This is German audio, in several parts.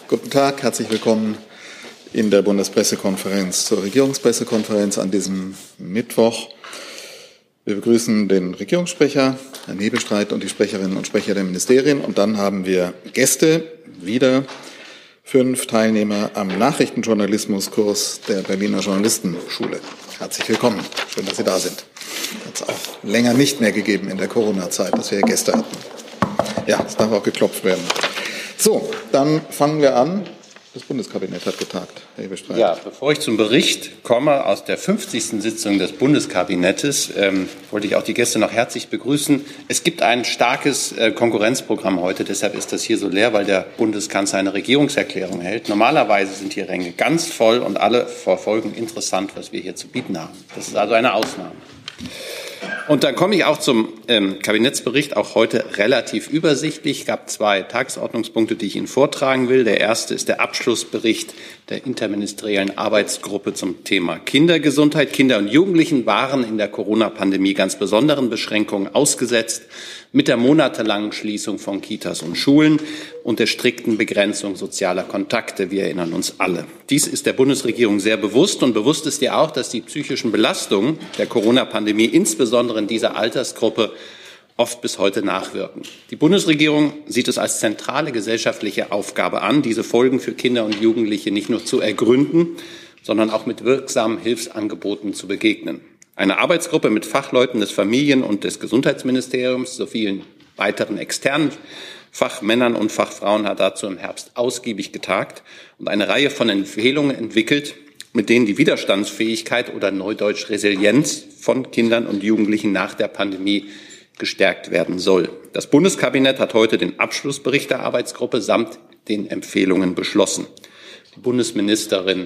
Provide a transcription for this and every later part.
Guten Tag, herzlich willkommen in der Bundespressekonferenz zur Regierungspressekonferenz an diesem Mittwoch. Wir begrüßen den Regierungssprecher, Herrn Hebestreit, und die Sprecherinnen und Sprecher der Ministerien. Und dann haben wir Gäste, wieder 5 Teilnehmer am Nachrichtenjournalismuskurs der Berliner Journalistenschule. Herzlich willkommen. Schön, dass Sie da sind. Hat es auch länger nicht mehr gegeben in der Corona-Zeit, dass wir Gäste hatten. Ja, es darf auch geklopft werden. So, dann fangen wir an. Das Bundeskabinett hat getagt, Herr Hebestreit. Ja, bevor ich zum Bericht komme aus der 50. Sitzung des Bundeskabinettes, wollte ich auch die Gäste noch herzlich begrüßen. Es gibt ein starkes Konkurrenzprogramm heute, deshalb ist das hier so leer, weil der Bundeskanzler eine Regierungserklärung hält. Normalerweise sind die Ränge ganz voll und alle verfolgen interessant, was wir hier zu bieten haben. Das ist also eine Ausnahme. Und dann komme ich auch zum Kabinettsbericht, auch heute relativ übersichtlich. Es gab 2 Tagesordnungspunkte, die ich Ihnen vortragen will. Der erste ist der Abschlussbericht der interministeriellen Arbeitsgruppe zum Thema Kindergesundheit. Kinder und Jugendlichen waren in der Corona-Pandemie ganz besonderen Beschränkungen ausgesetzt, mit der monatelangen Schließung von Kitas und Schulen und der strikten Begrenzung sozialer Kontakte. Wir erinnern uns alle. Dies ist der Bundesregierung sehr bewusst, und bewusst ist ihr auch, dass die psychischen Belastungen der Corona-Pandemie insbesondere in dieser Altersgruppe oft bis heute nachwirken. Die Bundesregierung sieht es als zentrale gesellschaftliche Aufgabe an, diese Folgen für Kinder und Jugendliche nicht nur zu ergründen, sondern auch mit wirksamen Hilfsangeboten zu begegnen. Eine Arbeitsgruppe mit Fachleuten des Familien- und des Gesundheitsministeriums sowie vielen weiteren externen Fachmännern und Fachfrauen hat dazu im Herbst ausgiebig getagt und eine Reihe von Empfehlungen entwickelt, mit denen die Widerstandsfähigkeit oder neudeutsch Resilienz von Kindern und Jugendlichen nach der Pandemie gestärkt werden soll. Das Bundeskabinett hat heute den Abschlussbericht der Arbeitsgruppe samt den Empfehlungen beschlossen. Die Bundesministerin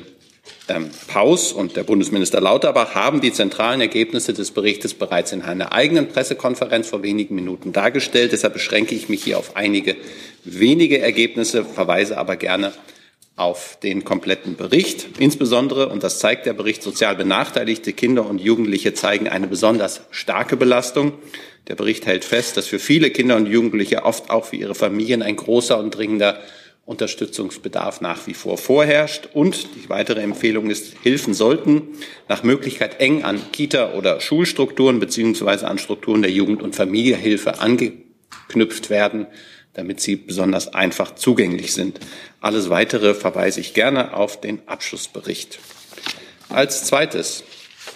Paus und der Bundesminister Lauterbach haben die zentralen Ergebnisse des Berichtes bereits in einer eigenen Pressekonferenz vor wenigen Minuten dargestellt. Deshalb beschränke ich mich hier auf einige wenige Ergebnisse, verweise aber gerne auf den kompletten Bericht. Insbesondere, und das zeigt der Bericht, sozial benachteiligte Kinder und Jugendliche zeigen eine besonders starke Belastung. Der Bericht hält fest, dass für viele Kinder und Jugendliche, oft auch für ihre Familien, ein großer und dringender Unterstützungsbedarf nach wie vor vorherrscht. Und die weitere Empfehlung ist, Hilfen sollten nach Möglichkeit eng an Kita- oder Schulstrukturen beziehungsweise an Strukturen der Jugend- und Familienhilfe angeknüpft werden, damit sie besonders einfach zugänglich sind. Alles Weitere verweise ich gerne auf den Abschlussbericht. Als zweites,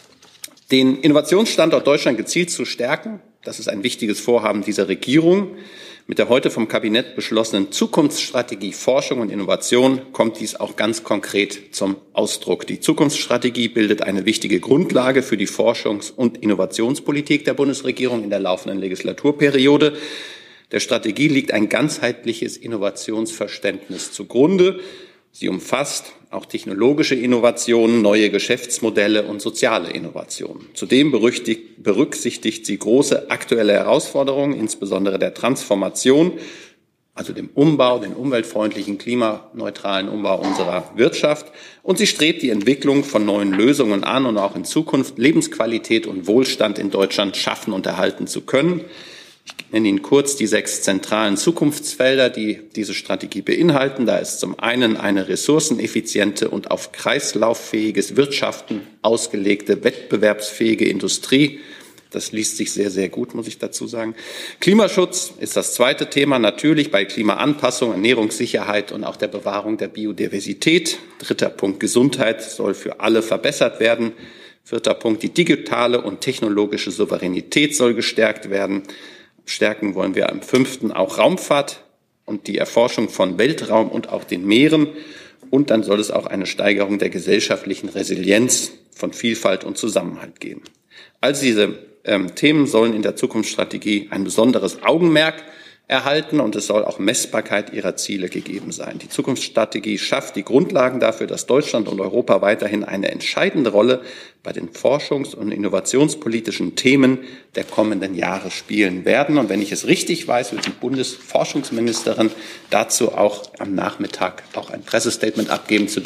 den Innovationsstandort Deutschland gezielt zu stärken. Das ist ein wichtiges Vorhaben dieser Regierung. Mit der heute vom Kabinett beschlossenen Zukunftsstrategie Forschung und Innovation kommt dies auch ganz konkret zum Ausdruck. Die Zukunftsstrategie bildet eine wichtige Grundlage für die Forschungs- und Innovationspolitik der Bundesregierung in der laufenden Legislaturperiode. Der Strategie liegt ein ganzheitliches Innovationsverständnis zugrunde. Sie umfasst auch technologische Innovationen, neue Geschäftsmodelle und soziale Innovationen. Zudem berücksichtigt sie große aktuelle Herausforderungen, insbesondere der Transformation, also dem Umbau, den umweltfreundlichen, klimaneutralen Umbau unserer Wirtschaft. Und sie strebt die Entwicklung von neuen Lösungen an, und auch in Zukunft Lebensqualität und Wohlstand in Deutschland schaffen und erhalten zu können. Ich nenne Ihnen kurz die 6 zentralen Zukunftsfelder, die diese Strategie beinhalten. Da ist zum einen eine ressourceneffiziente und auf kreislauffähiges Wirtschaften ausgelegte, wettbewerbsfähige Industrie. Das liest sich sehr, sehr gut, muss ich dazu sagen. Klimaschutz ist das zweite Thema, natürlich bei Klimaanpassung, Ernährungssicherheit und auch der Bewahrung der Biodiversität. Dritter Punkt, Gesundheit soll für alle verbessert werden. Vierter Punkt, die digitale und technologische Souveränität soll gestärkt werden. Stärken wollen wir am 5. auch Raumfahrt und die Erforschung von Weltraum und auch den Meeren. Und dann soll es auch eine Steigerung der gesellschaftlichen Resilienz von Vielfalt und Zusammenhalt geben. All diese Themen sollen in der Zukunftsstrategie ein besonderes Augenmerk erhalten, und es soll auch Messbarkeit ihrer Ziele gegeben sein. Die Zukunftsstrategie schafft die Grundlagen dafür, dass Deutschland und Europa weiterhin eine entscheidende Rolle bei den forschungs- und innovationspolitischen Themen der kommenden Jahre spielen werden. Und wenn ich es richtig weiß, wird die Bundesforschungsministerin dazu auch am Nachmittag auch ein Pressestatement abgeben, auf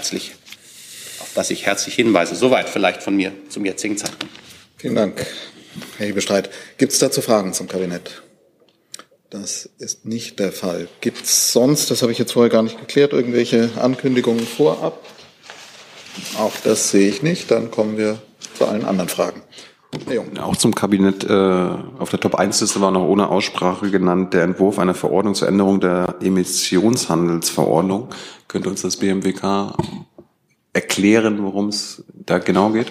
das ich herzlich hinweise. Soweit vielleicht von mir zum jetzigen Zeitpunkt. Vielen Dank, Herr Hebestreit. Gibt es dazu Fragen zum Kabinett? Das ist nicht der Fall. Gibt es sonst, das habe ich jetzt vorher gar nicht geklärt, irgendwelche Ankündigungen vorab? Auch das sehe ich nicht. Dann kommen wir zu allen anderen Fragen. Herr Jung. Auch zum Kabinett. Auf der Top-1-Liste war noch ohne Aussprache genannt der Entwurf einer Verordnung zur Änderung der Emissionshandelsverordnung. Könnte uns das BMWK erklären, worum es da genau geht?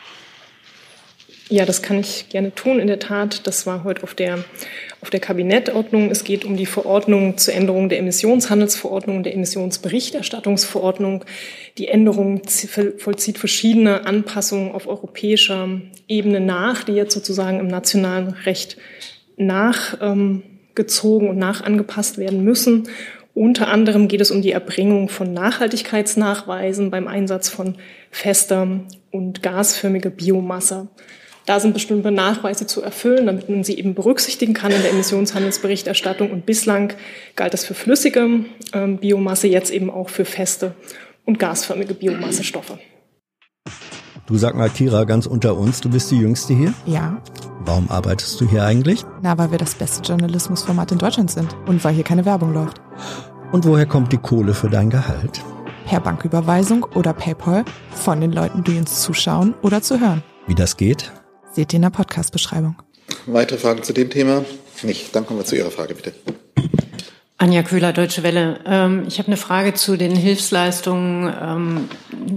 Ja, das kann ich gerne tun. In der Tat, das war heute auf der Kabinettordnung. Es geht um die Verordnung zur Änderung der Emissionshandelsverordnung, der Emissionsberichterstattungsverordnung. Die Änderung vollzieht verschiedene Anpassungen auf europäischer Ebene nach, die jetzt sozusagen im nationalen Recht nachgezogen und nachangepasst werden müssen. Unter anderem geht es um die Erbringung von Nachhaltigkeitsnachweisen beim Einsatz von fester und gasförmiger Biomasse. Da sind bestimmte Nachweise zu erfüllen, damit man sie eben berücksichtigen kann in der Emissionshandelsberichterstattung. Und bislang galt das für flüssige Biomasse, jetzt eben auch für feste und gasförmige Biomassestoffe. Du, sag mal, Kira, ganz unter uns, du bist die Jüngste hier? Ja. Warum arbeitest du hier eigentlich? Na, weil wir das beste Journalismusformat in Deutschland sind und weil hier keine Werbung läuft. Und woher kommt die Kohle für dein Gehalt? Per Banküberweisung oder PayPal von den Leuten, die uns zuschauen oder zu hören. Wie das geht? Seht ihr in der Podcast-Beschreibung. Weitere Fragen zu dem Thema? Nicht. Dann kommen wir zu Ihrer Frage, bitte. Anja Köhler, Deutsche Welle. Ich habe eine Frage zu den Hilfsleistungen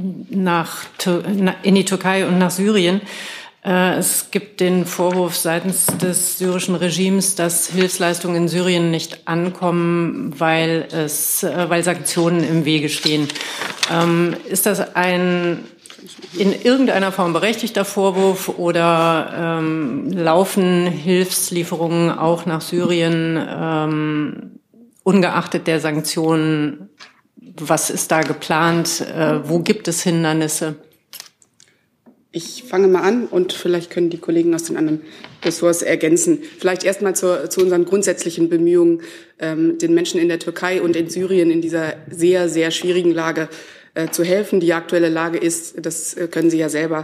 in die Türkei und nach Syrien. Es gibt den Vorwurf seitens des syrischen Regimes, dass Hilfsleistungen in Syrien nicht ankommen, weil Sanktionen im Wege stehen. Ist das ein in irgendeiner Form berechtigter Vorwurf oder laufen Hilfslieferungen auch nach Syrien ungeachtet der Sanktionen? Was ist da geplant? Wo gibt es Hindernisse? Ich fange mal an und vielleicht können die Kollegen aus den anderen Ressorts ergänzen. Vielleicht erstmal zu unseren grundsätzlichen Bemühungen, den Menschen in der Türkei und in Syrien in dieser sehr, sehr schwierigen Lage zu helfen. Die aktuelle Lage ist, das können Sie ja selber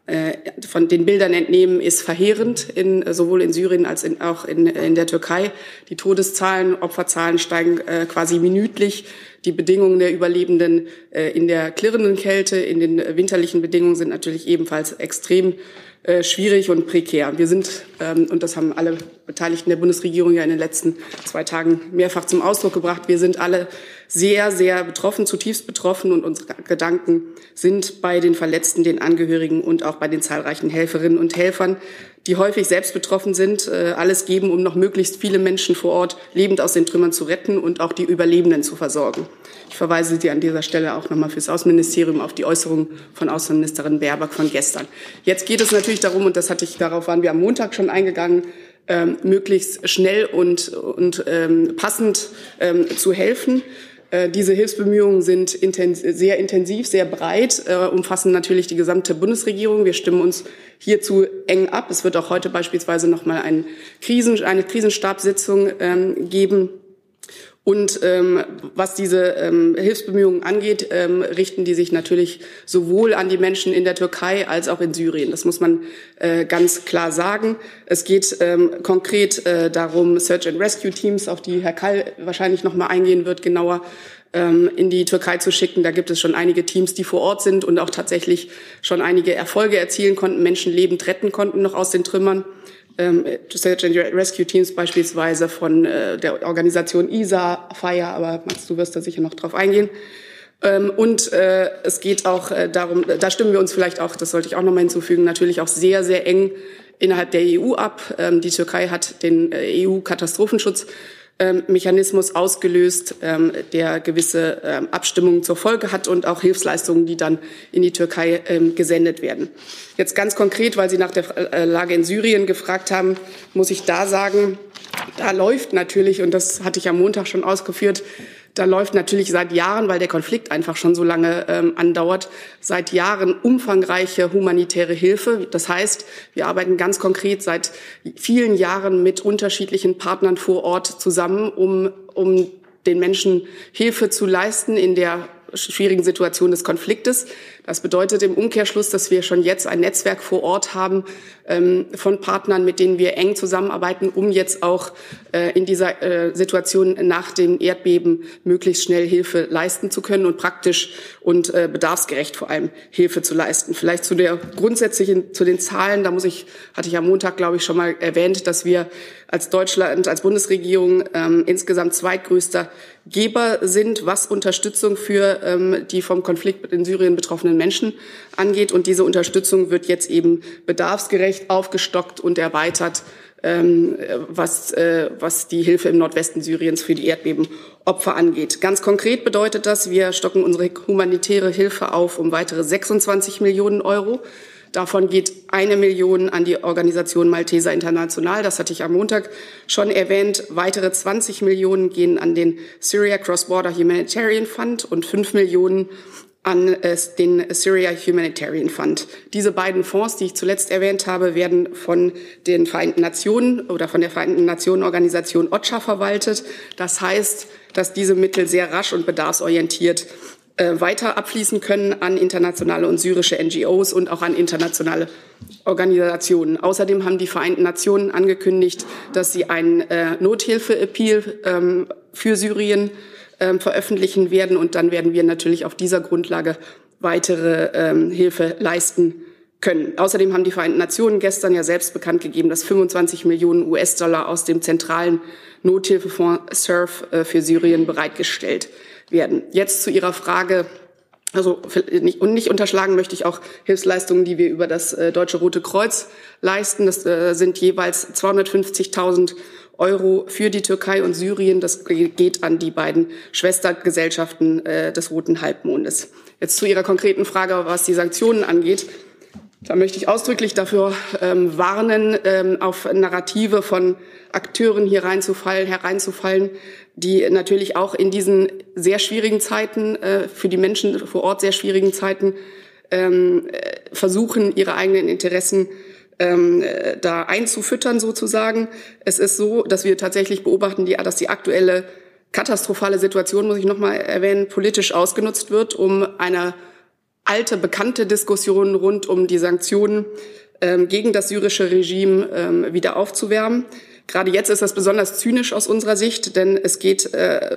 von den Bildern entnehmen, ist verheerend, sowohl in Syrien als auch in der Türkei. Die Todeszahlen, Opferzahlen steigen quasi minütlich. Die Bedingungen der Überlebenden in der klirrenden Kälte, in den winterlichen Bedingungen sind natürlich ebenfalls extrem schwierig und prekär. Wir sind, und das haben alle Beteiligten der Bundesregierung ja in den letzten 2 Tagen mehrfach zum Ausdruck gebracht, wir sind alle sehr, sehr betroffen, zutiefst betroffen, und unsere Gedanken sind bei den Verletzten, den Angehörigen und auch bei den zahlreichen Helferinnen und Helfern, die häufig selbst betroffen sind, alles geben, um noch möglichst viele Menschen vor Ort lebend aus den Trümmern zu retten und auch die Überlebenden zu versorgen. Ich verweise Sie an dieser Stelle auch nochmal fürs Außenministerium auf die Äußerung von Außenministerin Baerbock von gestern. Jetzt geht es natürlich darum, und darauf waren wir am Montag schon eingegangen, möglichst schnell und passend zu helfen. Diese Hilfsbemühungen sind sehr intensiv, sehr breit, umfassen natürlich die gesamte Bundesregierung. Wir stimmen uns hierzu eng ab. Es wird auch heute beispielsweise noch mal eine Krisenstabssitzung geben. Und was diese Hilfsbemühungen angeht, richten die sich natürlich sowohl an die Menschen in der Türkei als auch in Syrien. Das muss man ganz klar sagen. Es geht konkret darum, Search-and-Rescue-Teams, auf die Herr Kall wahrscheinlich noch mal eingehen wird, genauer in die Türkei zu schicken. Da gibt es schon einige Teams, die vor Ort sind und auch tatsächlich schon einige Erfolge erzielen konnten, Menschen lebend retten konnten noch aus den Trümmern. Search and Rescue Teams beispielsweise von der Organisation ISA, FIRE, aber Max, du wirst da sicher noch drauf eingehen. Und es geht auch darum, da stimmen wir uns vielleicht auch, das sollte ich auch noch mal hinzufügen, natürlich auch sehr, sehr eng innerhalb der EU ab. Die Türkei hat den EU-Katastrophenschutzmechanismus ausgelöst, der gewisse Abstimmungen zur Folge hat und auch Hilfsleistungen, die dann in die Türkei gesendet werden. Jetzt ganz konkret, weil Sie nach der Lage in Syrien gefragt haben, muss ich da sagen, da läuft natürlich, und das hatte ich am Montag schon ausgeführt, da läuft natürlich seit Jahren, weil der Konflikt einfach schon so lange andauert, seit Jahren umfangreiche humanitäre Hilfe. Das heißt, wir arbeiten ganz konkret seit vielen Jahren mit unterschiedlichen Partnern vor Ort zusammen, um den Menschen Hilfe zu leisten in der schwierigen Situation des Konfliktes. Das bedeutet im Umkehrschluss, dass wir schon jetzt ein Netzwerk vor Ort haben von Partnern, mit denen wir eng zusammenarbeiten, um jetzt auch in dieser Situation nach dem Erdbeben möglichst schnell Hilfe leisten zu können und praktisch und bedarfsgerecht vor allem Hilfe zu leisten. Vielleicht zu den Zahlen, hatte ich am Montag, glaube ich, schon mal erwähnt, dass wir als Deutschland, als Bundesregierung insgesamt zweitgrößter Geber sind, was Unterstützung für die vom Konflikt in Syrien betroffenen Menschen angeht. Und diese Unterstützung wird jetzt eben bedarfsgerecht aufgestockt und erweitert, was die Hilfe im Nordwesten Syriens für die Erdbebenopfer angeht. Ganz konkret bedeutet das, wir stocken unsere humanitäre Hilfe auf um weitere 26 Millionen Euro. Davon geht 1 Million an die Organisation Malteser International. Das hatte ich am Montag schon erwähnt. Weitere 20 Millionen gehen an den Syria Cross-Border Humanitarian Fund und 5 Millionen an den Syria Humanitarian Fund. Diese beiden Fonds, die ich zuletzt erwähnt habe, werden von den Vereinten Nationen oder von der Vereinten Nationen Organisation OCHA verwaltet. Das heißt, dass diese Mittel sehr rasch und bedarfsorientiert weiter abfließen können an internationale und syrische NGOs und auch an internationale Organisationen. Außerdem haben die Vereinten Nationen angekündigt, dass sie einen Nothilfe-Appeal für Syrien veröffentlichen werden. Und dann werden wir natürlich auf dieser Grundlage weitere Hilfe leisten können. Außerdem haben die Vereinten Nationen gestern ja selbst bekannt gegeben, dass 25 Millionen US-Dollar aus dem zentralen Nothilfefonds SURF für Syrien bereitgestellt werden. Jetzt zu Ihrer Frage, nicht unterschlagen möchte ich auch Hilfsleistungen, die wir über das Deutsche Rote Kreuz leisten. Das sind jeweils 250.000 Euro für die Türkei und Syrien. Das geht an die beiden Schwestergesellschaften des Roten Halbmondes. Jetzt zu Ihrer konkreten Frage, was die Sanktionen angeht. Da möchte ich ausdrücklich dafür warnen, auf Narrative von Akteuren hier hereinzufallen, die natürlich auch in diesen sehr schwierigen Zeiten, für die Menschen vor Ort sehr schwierigen Zeiten, versuchen, ihre eigenen Interessen da einzufüttern sozusagen. Es ist so, dass wir tatsächlich beobachten, dass die aktuelle katastrophale Situation, muss ich nochmal erwähnen, politisch ausgenutzt wird, um eine alte, bekannte Diskussion rund um die Sanktionen gegen das syrische Regime wieder aufzuwärmen. Gerade jetzt ist das besonders zynisch aus unserer Sicht, denn es geht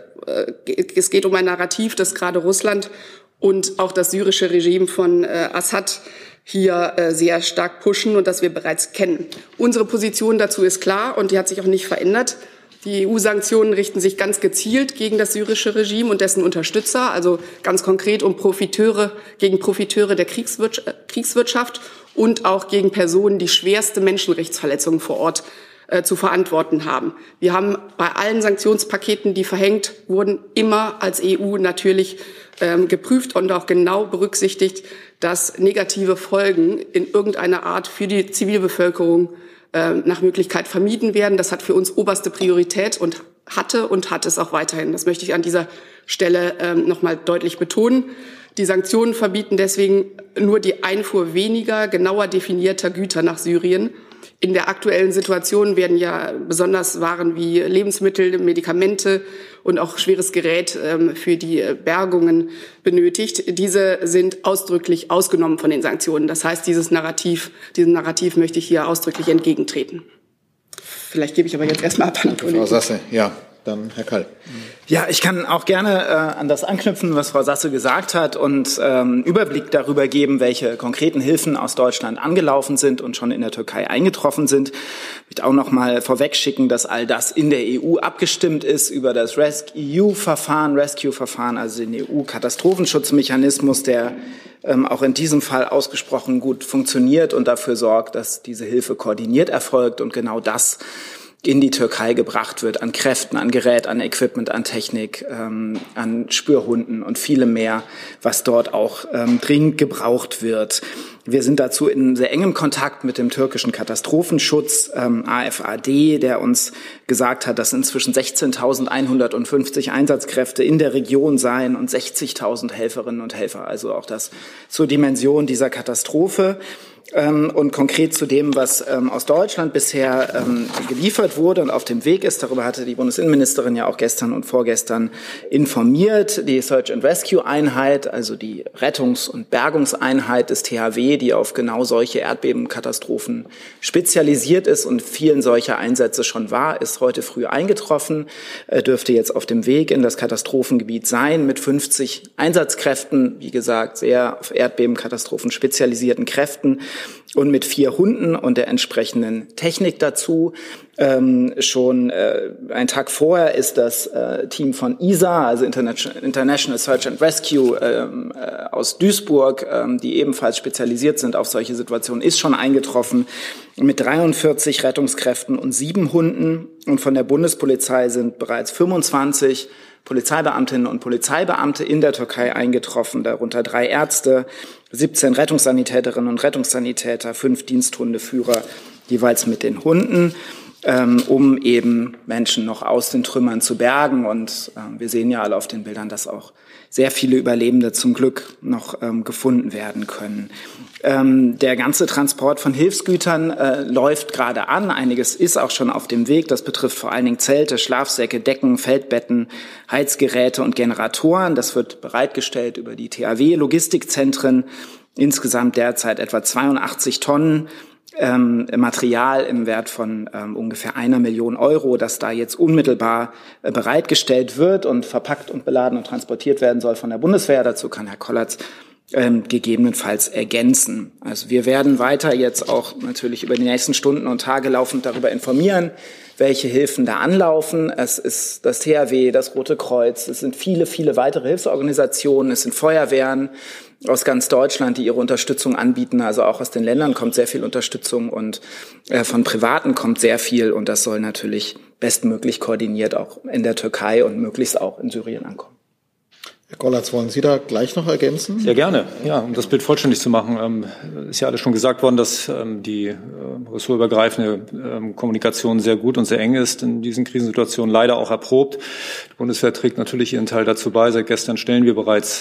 um ein Narrativ, das gerade Russland und auch das syrische Regime von Assad hier sehr stark pushen und das wir bereits kennen. Unsere Position dazu ist klar und die hat sich auch nicht verändert. Die EU-Sanktionen richten sich ganz gezielt gegen das syrische Regime und dessen Unterstützer, also ganz konkret gegen Profiteure der Kriegswirtschaft und auch gegen Personen, die schwerste Menschenrechtsverletzungen vor Ort zu verantworten haben. Wir haben bei allen Sanktionspaketen, die verhängt wurden, immer als EU natürlich geprüft und auch genau berücksichtigt, dass negative Folgen in irgendeiner Art für die Zivilbevölkerung nach Möglichkeit vermieden werden. Das hat für uns oberste Priorität und hat es auch weiterhin. Das möchte ich an dieser Stelle nochmal deutlich betonen. Die Sanktionen verbieten deswegen nur die Einfuhr weniger genauer definierter Güter nach Syrien. In der aktuellen Situation werden ja besonders Waren wie Lebensmittel, Medikamente und auch schweres Gerät für die Bergungen benötigt. Diese sind ausdrücklich ausgenommen von den Sanktionen. Das heißt, diesem Narrativ möchte ich hier ausdrücklich entgegentreten. Vielleicht gebe ich aber jetzt erstmal ab an die Kollegin. Frau Sasse, ja. Dann Herr Kall. Ja, ich kann auch gerne an das anknüpfen, was Frau Sasse gesagt hat und Überblick darüber geben, welche konkreten Hilfen aus Deutschland angelaufen sind und schon in der Türkei eingetroffen sind. Ich möchte auch noch mal vorwegschicken, dass all das in der EU abgestimmt ist über das Rescue-Verfahren, also den EU-Katastrophenschutzmechanismus, der auch in diesem Fall ausgesprochen gut funktioniert und dafür sorgt, dass diese Hilfe koordiniert erfolgt und genau das in die Türkei gebracht wird, an Kräften, an Gerät, an Equipment, an Technik, an Spürhunden und vielem mehr, was dort auch dringend gebraucht wird. Wir sind dazu in sehr engem Kontakt mit dem türkischen Katastrophenschutz, AFAD, der uns gesagt hat, dass inzwischen 16.150 Einsatzkräfte in der Region seien und 60.000 Helferinnen und Helfer. Also auch das zur Dimension dieser Katastrophe. Und konkret zu dem, was aus Deutschland bisher geliefert wurde und auf dem Weg ist, darüber hatte die Bundesinnenministerin ja auch gestern und vorgestern informiert. Die Search and Rescue Einheit, also die Rettungs- und Bergungseinheit des THW, die auf genau solche Erdbebenkatastrophen spezialisiert ist und vielen solcher Einsätze schon war, ist heute früh eingetroffen, dürfte jetzt auf dem Weg in das Katastrophengebiet sein mit 50 Einsatzkräften, wie gesagt, sehr auf Erdbebenkatastrophen spezialisierten Kräften und mit 4 Hunden und der entsprechenden Technik dazu. Schon einen Tag vorher ist das Team von ISA, also International Search and Rescue aus Duisburg, die ebenfalls spezialisiert sind auf solche Situationen, ist schon eingetroffen mit 43 Rettungskräften und 7 Hunden. Und von der Bundespolizei sind bereits 25 Polizeibeamtinnen und Polizeibeamte in der Türkei eingetroffen, darunter 3 Ärzte, 17 Rettungssanitäterinnen und Rettungssanitäter, 5 Diensthundeführer, jeweils mit den Hunden, um eben Menschen noch aus den Trümmern zu bergen. Und wir sehen ja alle auf den Bildern, dass auch sehr viele Überlebende zum Glück noch gefunden werden können. Der ganze Transport von Hilfsgütern läuft gerade an. Einiges ist auch schon auf dem Weg. Das betrifft vor allen Dingen Zelte, Schlafsäcke, Decken, Feldbetten, Heizgeräte und Generatoren. Das wird bereitgestellt über die THW-Logistikzentren. Insgesamt derzeit etwa 82 Tonnen Material im Wert von ungefähr 1 Million Euro, das da jetzt unmittelbar bereitgestellt wird und verpackt und beladen und transportiert werden soll von der Bundeswehr. Dazu kann Herr Kollatz gegebenenfalls ergänzen. Also wir werden weiter jetzt auch natürlich über die nächsten Stunden und Tage laufend darüber informieren, welche Hilfen da anlaufen. Es ist das THW, das Rote Kreuz, es sind viele, viele weitere Hilfsorganisationen, es sind Feuerwehren aus ganz Deutschland, die ihre Unterstützung anbieten. Also auch aus den Ländern kommt sehr viel Unterstützung und von Privaten kommt sehr viel. Und das soll natürlich bestmöglich koordiniert auch in der Türkei und möglichst auch in Syrien ankommen. Herr Kollatz, wollen Sie da gleich noch ergänzen? Sehr gerne. Ja, um das Bild vollständig zu machen, ist ja alles schon gesagt worden, dass die ressortübergreifende Kommunikation sehr gut und sehr eng ist in diesen Krisensituationen, leider auch erprobt. Die Bundeswehr trägt natürlich ihren Teil dazu bei. Seit gestern stellen wir bereits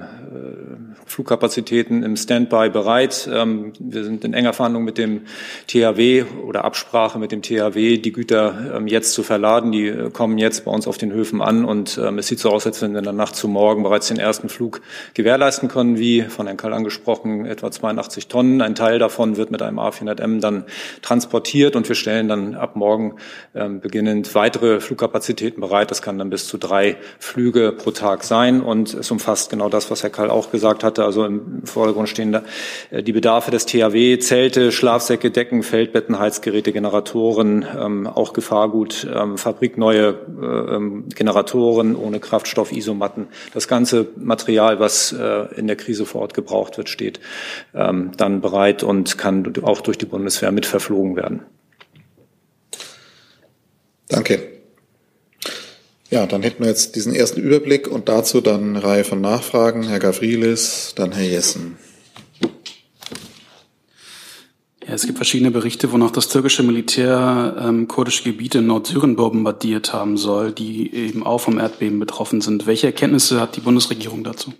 Flugkapazitäten im Standby bereit. Wir sind in enger Verhandlung mit dem THW oder Absprache mit dem THW, die Güter jetzt zu verladen. Die kommen jetzt bei uns auf den Höfen an und es sieht so aus, als wenn wir in der Nacht zu morgen bereits den ersten Flug gewährleisten können, wie von Herrn Kall angesprochen, etwa 82 Tonnen. Ein Teil davon wird mit einem A400M dann transportiert und wir stellen dann ab morgen beginnend weitere Flugkapazitäten bereit. Das kann dann bis zu 3 Flüge pro Tag sein und es umfasst genau das, was Herr Kall auch gesagt hatte. Also im Vordergrund stehen da die Bedarfe des THW, Zelte, Schlafsäcke, Decken, Feldbetten, Heizgeräte, Generatoren, auch Gefahrgut, fabrikneue Generatoren ohne Kraftstoff, Isomatten. Das ganze Material, was in der Krise vor Ort gebraucht wird, steht dann bereit und kann auch durch die Bundeswehr mit verflogen werden. Danke. Ja, dann hätten wir jetzt diesen ersten Überblick und dazu dann eine Reihe von Nachfragen. Herr Gavrilis, dann Herr Jessen. Ja, es gibt verschiedene Berichte, wonach das türkische Militär kurdische Gebiete in Nordsyrien bombardiert haben soll, die eben auch vom Erdbeben betroffen sind. Welche Erkenntnisse hat die Bundesregierung dazu?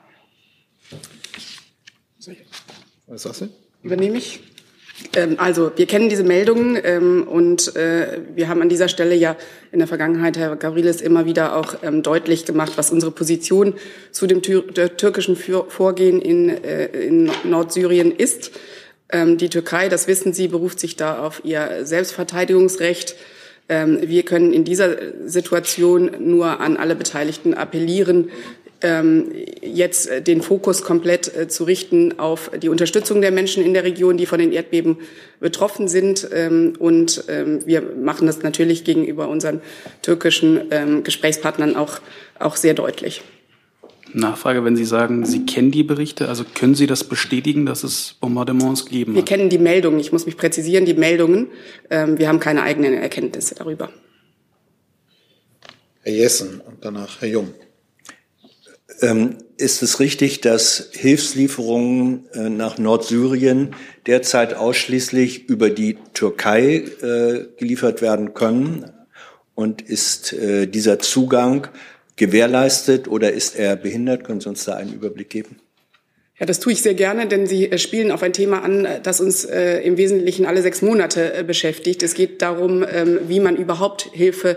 Was sagst du? Übernehme ich. Also wir kennen diese Meldungen und wir haben an dieser Stelle ja in der Vergangenheit, Herr Gavrilis, immer wieder auch deutlich gemacht, was unsere Position zu dem türkischen Vorgehen in Nordsyrien ist. Die Türkei, das wissen Sie, beruft sich da auf ihr Selbstverteidigungsrecht. Wir können in dieser Situation nur an alle Beteiligten appellieren, jetzt den Fokus komplett zu richten auf die Unterstützung der Menschen in der Region, die von den Erdbeben betroffen sind. Und wir machen das natürlich gegenüber unseren türkischen Gesprächspartnern auch sehr deutlich. Nachfrage, wenn Sie sagen, Sie kennen die Berichte, also können Sie das bestätigen, dass es Bombardements gegeben hat? Wir kennen die Meldungen, ich muss mich präzisieren, die Meldungen. Wir haben keine eigenen Erkenntnisse darüber. Herr Jessen und danach Herr Jung. Ist es richtig, dass Hilfslieferungen nach Nordsyrien derzeit ausschließlich über die Türkei geliefert werden können? Und ist dieser Zugang gewährleistet oder ist er behindert? Können Sie uns da einen Überblick geben? Ja, das tue ich sehr gerne, denn Sie spielen auf ein Thema an, das uns im Wesentlichen alle 6 Monate beschäftigt. Es geht darum, wie man überhaupt Hilfe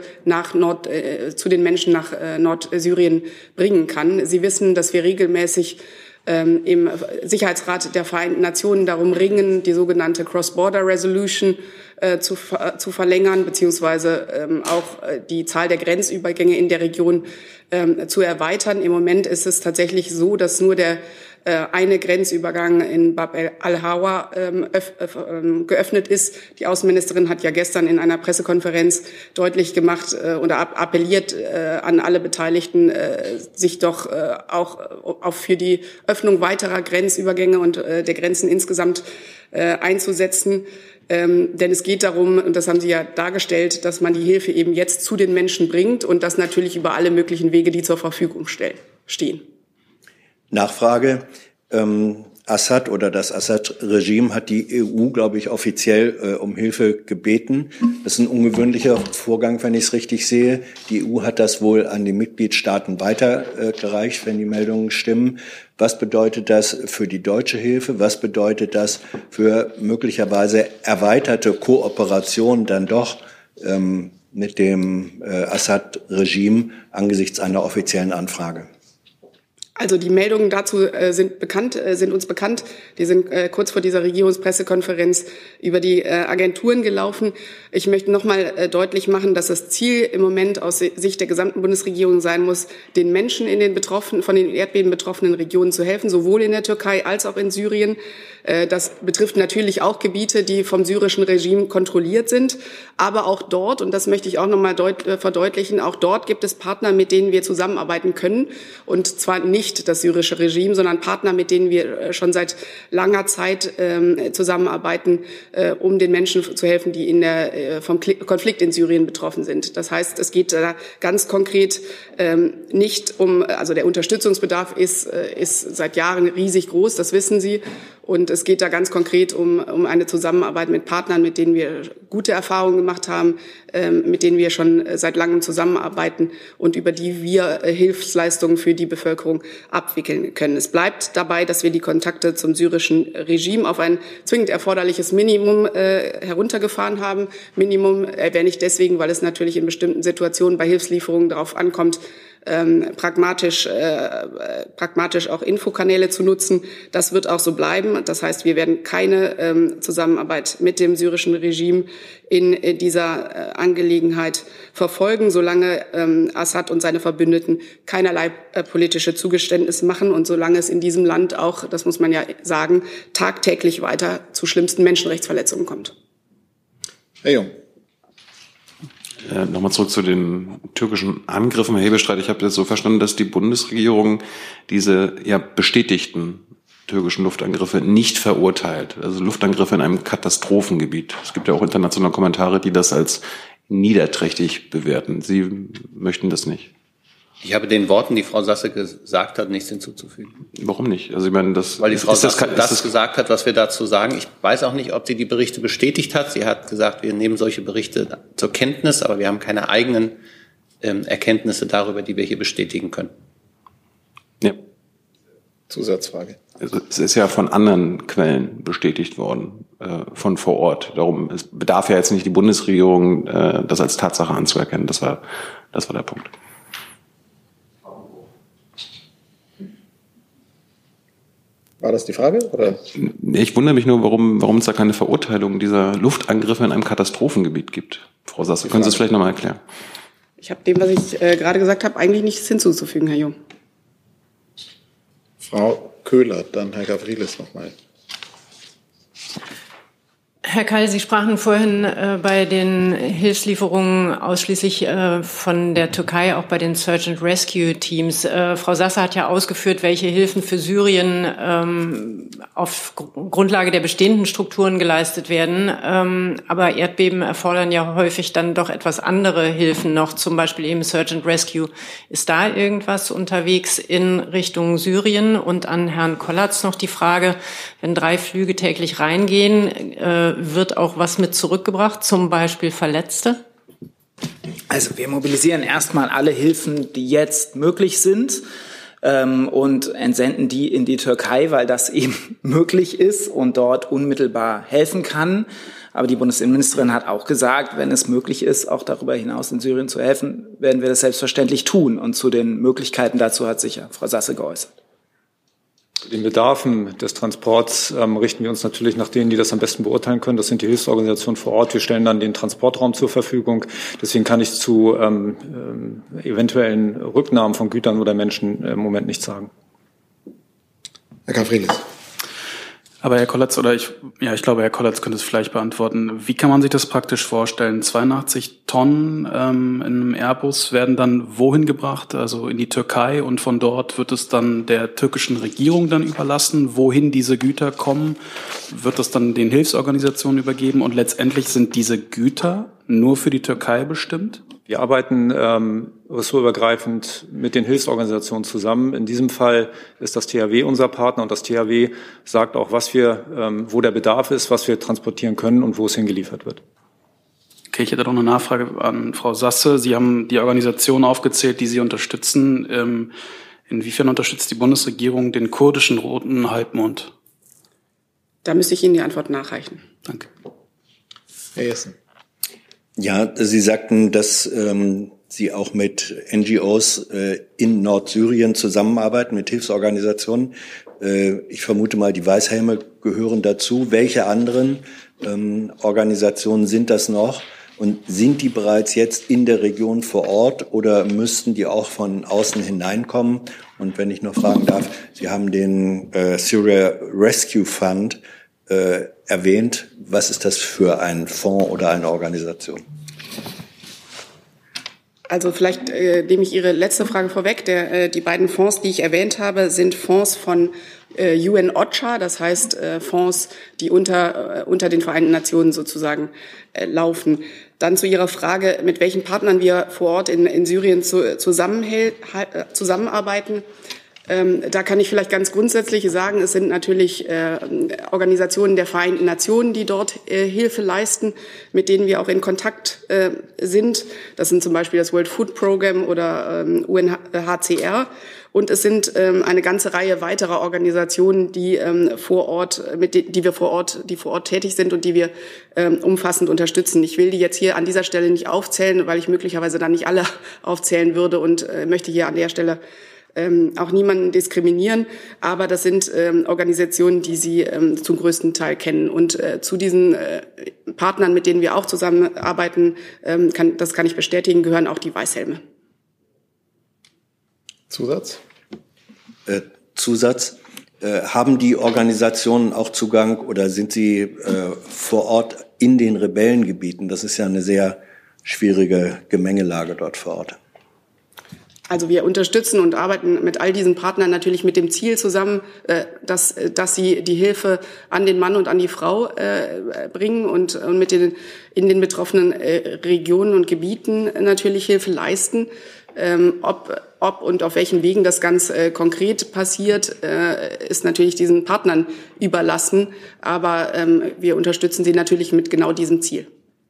zu den Menschen nach Nordsyrien bringen kann. Sie wissen, dass wir regelmäßig im Sicherheitsrat der Vereinten Nationen darum ringen, die sogenannte Cross-Border Resolution zu verlängern, beziehungsweise auch die Zahl der Grenzübergänge in der Region zu erweitern. Im Moment ist es tatsächlich so, dass nur der eine Grenzübergang in Bab al-Hawa geöffnet ist. Die Außenministerin hat ja gestern in einer Pressekonferenz deutlich gemacht oder appelliert an alle Beteiligten, sich doch auch für die Öffnung weiterer Grenzübergänge und der Grenzen insgesamt einzusetzen. Denn es geht darum, und das haben Sie ja dargestellt, dass man die Hilfe eben jetzt zu den Menschen bringt und das natürlich über alle möglichen Wege, die zur Verfügung stehen. Nachfrage. Assad oder das Assad-Regime hat die EU, glaube ich, offiziell um Hilfe gebeten. Das ist ein ungewöhnlicher Vorgang, wenn ich es richtig sehe. Die EU hat das wohl an die Mitgliedstaaten weitergereicht, wenn die Meldungen stimmen. Was bedeutet das für die deutsche Hilfe? Was bedeutet das für möglicherweise erweiterte Kooperation dann doch mit dem Assad-Regime angesichts einer offiziellen Anfrage? Also die Meldungen dazu sind uns bekannt. Die sind kurz vor dieser Regierungspressekonferenz über die Agenturen gelaufen. Ich möchte noch mal deutlich machen, dass das Ziel im Moment aus Sicht der gesamten Bundesregierung sein muss, den Menschen in den von den Erdbeben betroffenen Regionen zu helfen, sowohl in der Türkei als auch in Syrien. Das betrifft natürlich auch Gebiete, die vom syrischen Regime kontrolliert sind. Aber auch dort, und das möchte ich auch noch mal verdeutlichen, auch dort gibt es Partner, mit denen wir zusammenarbeiten können. Und zwar nicht das syrische Regime, sondern Partner, mit denen wir schon seit langer Zeit zusammenarbeiten, um den Menschen zu helfen, die vom Konflikt in Syrien betroffen sind. Das heißt, es geht da ganz konkret nicht also der Unterstützungsbedarf ist seit Jahren riesig groß, das wissen Sie. Und es geht da ganz konkret um eine Zusammenarbeit mit Partnern, mit denen wir gute Erfahrungen gemacht haben, mit denen wir schon seit langem zusammenarbeiten und über die wir Hilfsleistungen für die Bevölkerung abwickeln können. Es bleibt dabei, dass wir die Kontakte zum syrischen Regime auf ein zwingend erforderliches Minimum heruntergefahren haben. Minimum erwähne ich deswegen, weil es natürlich in bestimmten Situationen bei Hilfslieferungen darauf ankommt, pragmatisch auch Infokanäle zu nutzen. Das wird auch so bleiben. Das heißt, wir werden keine Zusammenarbeit mit dem syrischen Regime in dieser Angelegenheit verfolgen, solange Assad und seine Verbündeten keinerlei politische Zugeständnisse machen und solange es in diesem Land auch, das muss man ja sagen, tagtäglich weiter zu schlimmsten Menschenrechtsverletzungen kommt. Herr Jung. Nochmal zurück zu den türkischen Angriffen, Herr Hebestreit. Ich habe das so verstanden, dass die Bundesregierung diese bestätigten türkischen Luftangriffe nicht verurteilt. Also Luftangriffe in einem Katastrophengebiet. Es gibt ja auch internationale Kommentare, die das als niederträchtig bewerten. Sie möchten das nicht. Ich habe den Worten, die Frau Sasse gesagt hat, nichts hinzuzufügen. Warum nicht? Also ich meine, weil die Frau Sasse das gesagt hat, was wir dazu sagen. Ich weiß auch nicht, ob sie die Berichte bestätigt hat. Sie hat gesagt, wir nehmen solche Berichte zur Kenntnis, aber wir haben keine eigenen Erkenntnisse darüber, die wir hier bestätigen können. Ja. Zusatzfrage. Also es ist ja von anderen Quellen bestätigt worden, von vor Ort. Darum es bedarf ja jetzt nicht die Bundesregierung, das als Tatsache anzuerkennen. Das war der Punkt. War das die Frage? Oder? Ich wundere mich nur, warum es da keine Verurteilung dieser Luftangriffe in einem Katastrophengebiet gibt. Frau Sasse, können Sie es vielleicht nochmal erklären? Ich habe dem, was ich gerade gesagt habe, eigentlich nichts hinzuzufügen, Herr Jung. Frau Köhler, dann Herr Gavrilis nochmal. Herr Keil, Sie sprachen vorhin bei den Hilfslieferungen ausschließlich von der Türkei, auch bei den Search and Rescue Teams. Frau Sasse hat ja ausgeführt, welche Hilfen für Syrien auf Grundlage der bestehenden Strukturen geleistet werden. Aber Erdbeben erfordern ja häufig dann doch etwas andere Hilfen noch, zum Beispiel eben Search and Rescue. Ist da irgendwas unterwegs in Richtung Syrien? Und an Herrn Kollatz noch die Frage, wenn 3 Flüge täglich reingehen, wird auch was mit zurückgebracht, zum Beispiel Verletzte? Also wir mobilisieren erstmal alle Hilfen, die jetzt möglich sind, und entsenden die in die Türkei, weil das eben möglich ist und dort unmittelbar helfen kann. Aber die Bundesinnenministerin hat auch gesagt, wenn es möglich ist, auch darüber hinaus in Syrien zu helfen, werden wir das selbstverständlich tun. Und zu den Möglichkeiten dazu hat sich ja Frau Sasse geäußert. Den Bedarfen des Transports richten wir uns natürlich nach denen, die das am besten beurteilen können. Das sind die Hilfsorganisationen vor Ort. Wir stellen dann den Transportraum zur Verfügung. Deswegen kann ich zu eventuellen Rücknahmen von Gütern oder Menschen im Moment nichts sagen. Herr Gavrilis. Aber Herr Kollatz, ich glaube, Herr Kollatz könnte es vielleicht beantworten. Wie kann man sich das praktisch vorstellen? 82 Tonnen in einem Airbus werden dann wohin gebracht? Also in die Türkei, und von dort wird es dann der türkischen Regierung dann überlassen, wohin diese Güter kommen? Wird das dann den Hilfsorganisationen übergeben, und letztendlich sind diese Güter nur für die Türkei bestimmt? Wir arbeiten ressortübergreifend mit den Hilfsorganisationen zusammen. In diesem Fall ist das THW unser Partner, und das THW sagt auch, wo der Bedarf ist, was wir transportieren können und wo es hingeliefert wird. Okay, ich hätte noch eine Nachfrage an Frau Sasse. Sie haben die Organisationen aufgezählt, die Sie unterstützen. Inwiefern unterstützt die Bundesregierung den kurdischen Roten Halbmond? Da müsste ich Ihnen die Antwort nachreichen. Danke. Herr Jessen. Ja, Sie sagten, dass Sie auch mit NGOs in Nordsyrien zusammenarbeiten, mit Hilfsorganisationen. Ich vermute mal, die Weißhelme gehören dazu. Welche anderen Organisationen sind das noch? Und sind die bereits jetzt in der Region vor Ort, oder müssten die auch von außen hineinkommen? Und wenn ich noch fragen darf, Sie haben den Syria Rescue Fund erwähnt. Was ist das für ein Fonds oder eine Organisation? Also vielleicht nehme ich Ihre letzte Frage vorweg. Die beiden Fonds, die ich erwähnt habe, sind Fonds von UN-OCHA, das heißt Fonds, die unter den Vereinten Nationen sozusagen laufen. Dann zu Ihrer Frage, mit welchen Partnern wir vor Ort in Syrien zusammenarbeiten. Da kann ich vielleicht ganz grundsätzlich sagen, es sind natürlich Organisationen der Vereinten Nationen, die dort Hilfe leisten, mit denen wir auch in Kontakt sind. Das sind zum Beispiel das World Food Program oder UNHCR. Und es sind eine ganze Reihe weiterer Organisationen, die vor Ort tätig sind und die wir umfassend unterstützen. Ich will die jetzt hier an dieser Stelle nicht aufzählen, weil ich möglicherweise dann nicht alle aufzählen würde, und möchte hier an der Stelle auch niemanden diskriminieren, aber das sind Organisationen, die Sie zum größten Teil kennen. Und zu diesen Partnern, mit denen wir auch zusammenarbeiten, das kann ich bestätigen, gehören auch die Weißhelme. Zusatz? Haben die Organisationen auch Zugang, oder sind sie vor Ort in den Rebellengebieten? Das ist ja eine sehr schwierige Gemengelage dort vor Ort. Also wir unterstützen und arbeiten mit all diesen Partnern natürlich mit dem Ziel zusammen, dass sie die Hilfe an den Mann und an die Frau bringen und in den betroffenen Regionen und Gebieten natürlich Hilfe leisten. Ob und auf welchen Wegen das ganz konkret passiert, ist natürlich diesen Partnern überlassen. Aber wir unterstützen sie natürlich mit genau diesem Ziel.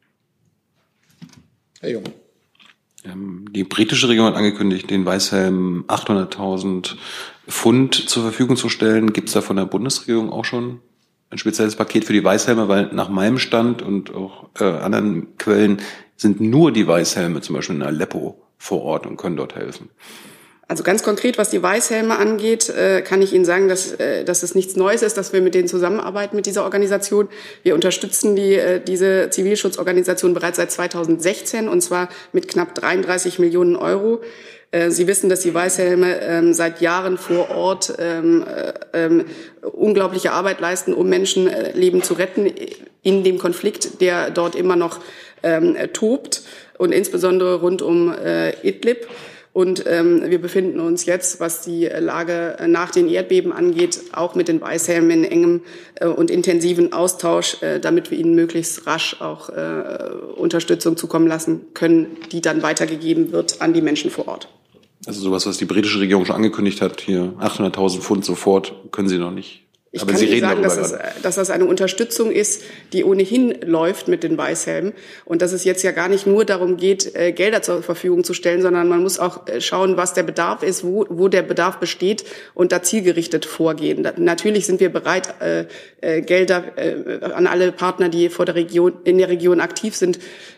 Herr Jung. Die britische Regierung hat angekündigt, den Weißhelmen 800.000 Pfund zur Verfügung zu stellen. Gibt es da von der Bundesregierung auch schon ein spezielles Paket für die Weißhelme? Weil nach meinem Stand und auch anderen Quellen sind nur die Weißhelme zum Beispiel in Aleppo vor Ort und können dort helfen. Also ganz konkret, was die Weißhelme angeht, kann ich Ihnen sagen, dass es nichts Neues ist, dass wir mit denen zusammenarbeiten, mit dieser Organisation. Wir unterstützen diese Zivilschutzorganisation bereits seit 2016, und zwar mit knapp 33 Millionen Euro. Sie wissen, dass die Weißhelme seit Jahren vor Ort unglaubliche Arbeit leisten, um Menschenleben zu retten. in dem Konflikt, der dort immer noch tobt und insbesondere rund um Idlib. Und wir befinden uns jetzt, was die Lage nach den Erdbeben angeht, auch mit den Weißhelmen in engem und intensiven Austausch, damit wir ihnen möglichst rasch auch Unterstützung zukommen lassen können, die dann weitergegeben wird an die Menschen vor Ort. Also sowas, was die britische Regierung schon angekündigt hat, hier 800.000 Pfund sofort, können Sie noch nicht. Ich Aber kann Sie Ihnen reden sagen, dass das eine Unterstützung ist, die ohnehin läuft mit den Weißhelmen und dass es jetzt ja gar nicht nur darum geht, Gelder zur Verfügung zu stellen, sondern man muss auch schauen, was der Bedarf ist, wo der Bedarf besteht und da zielgerichtet vorgehen. Natürlich sind wir bereit, Gelder an alle Partner, die in der Region aktiv sind,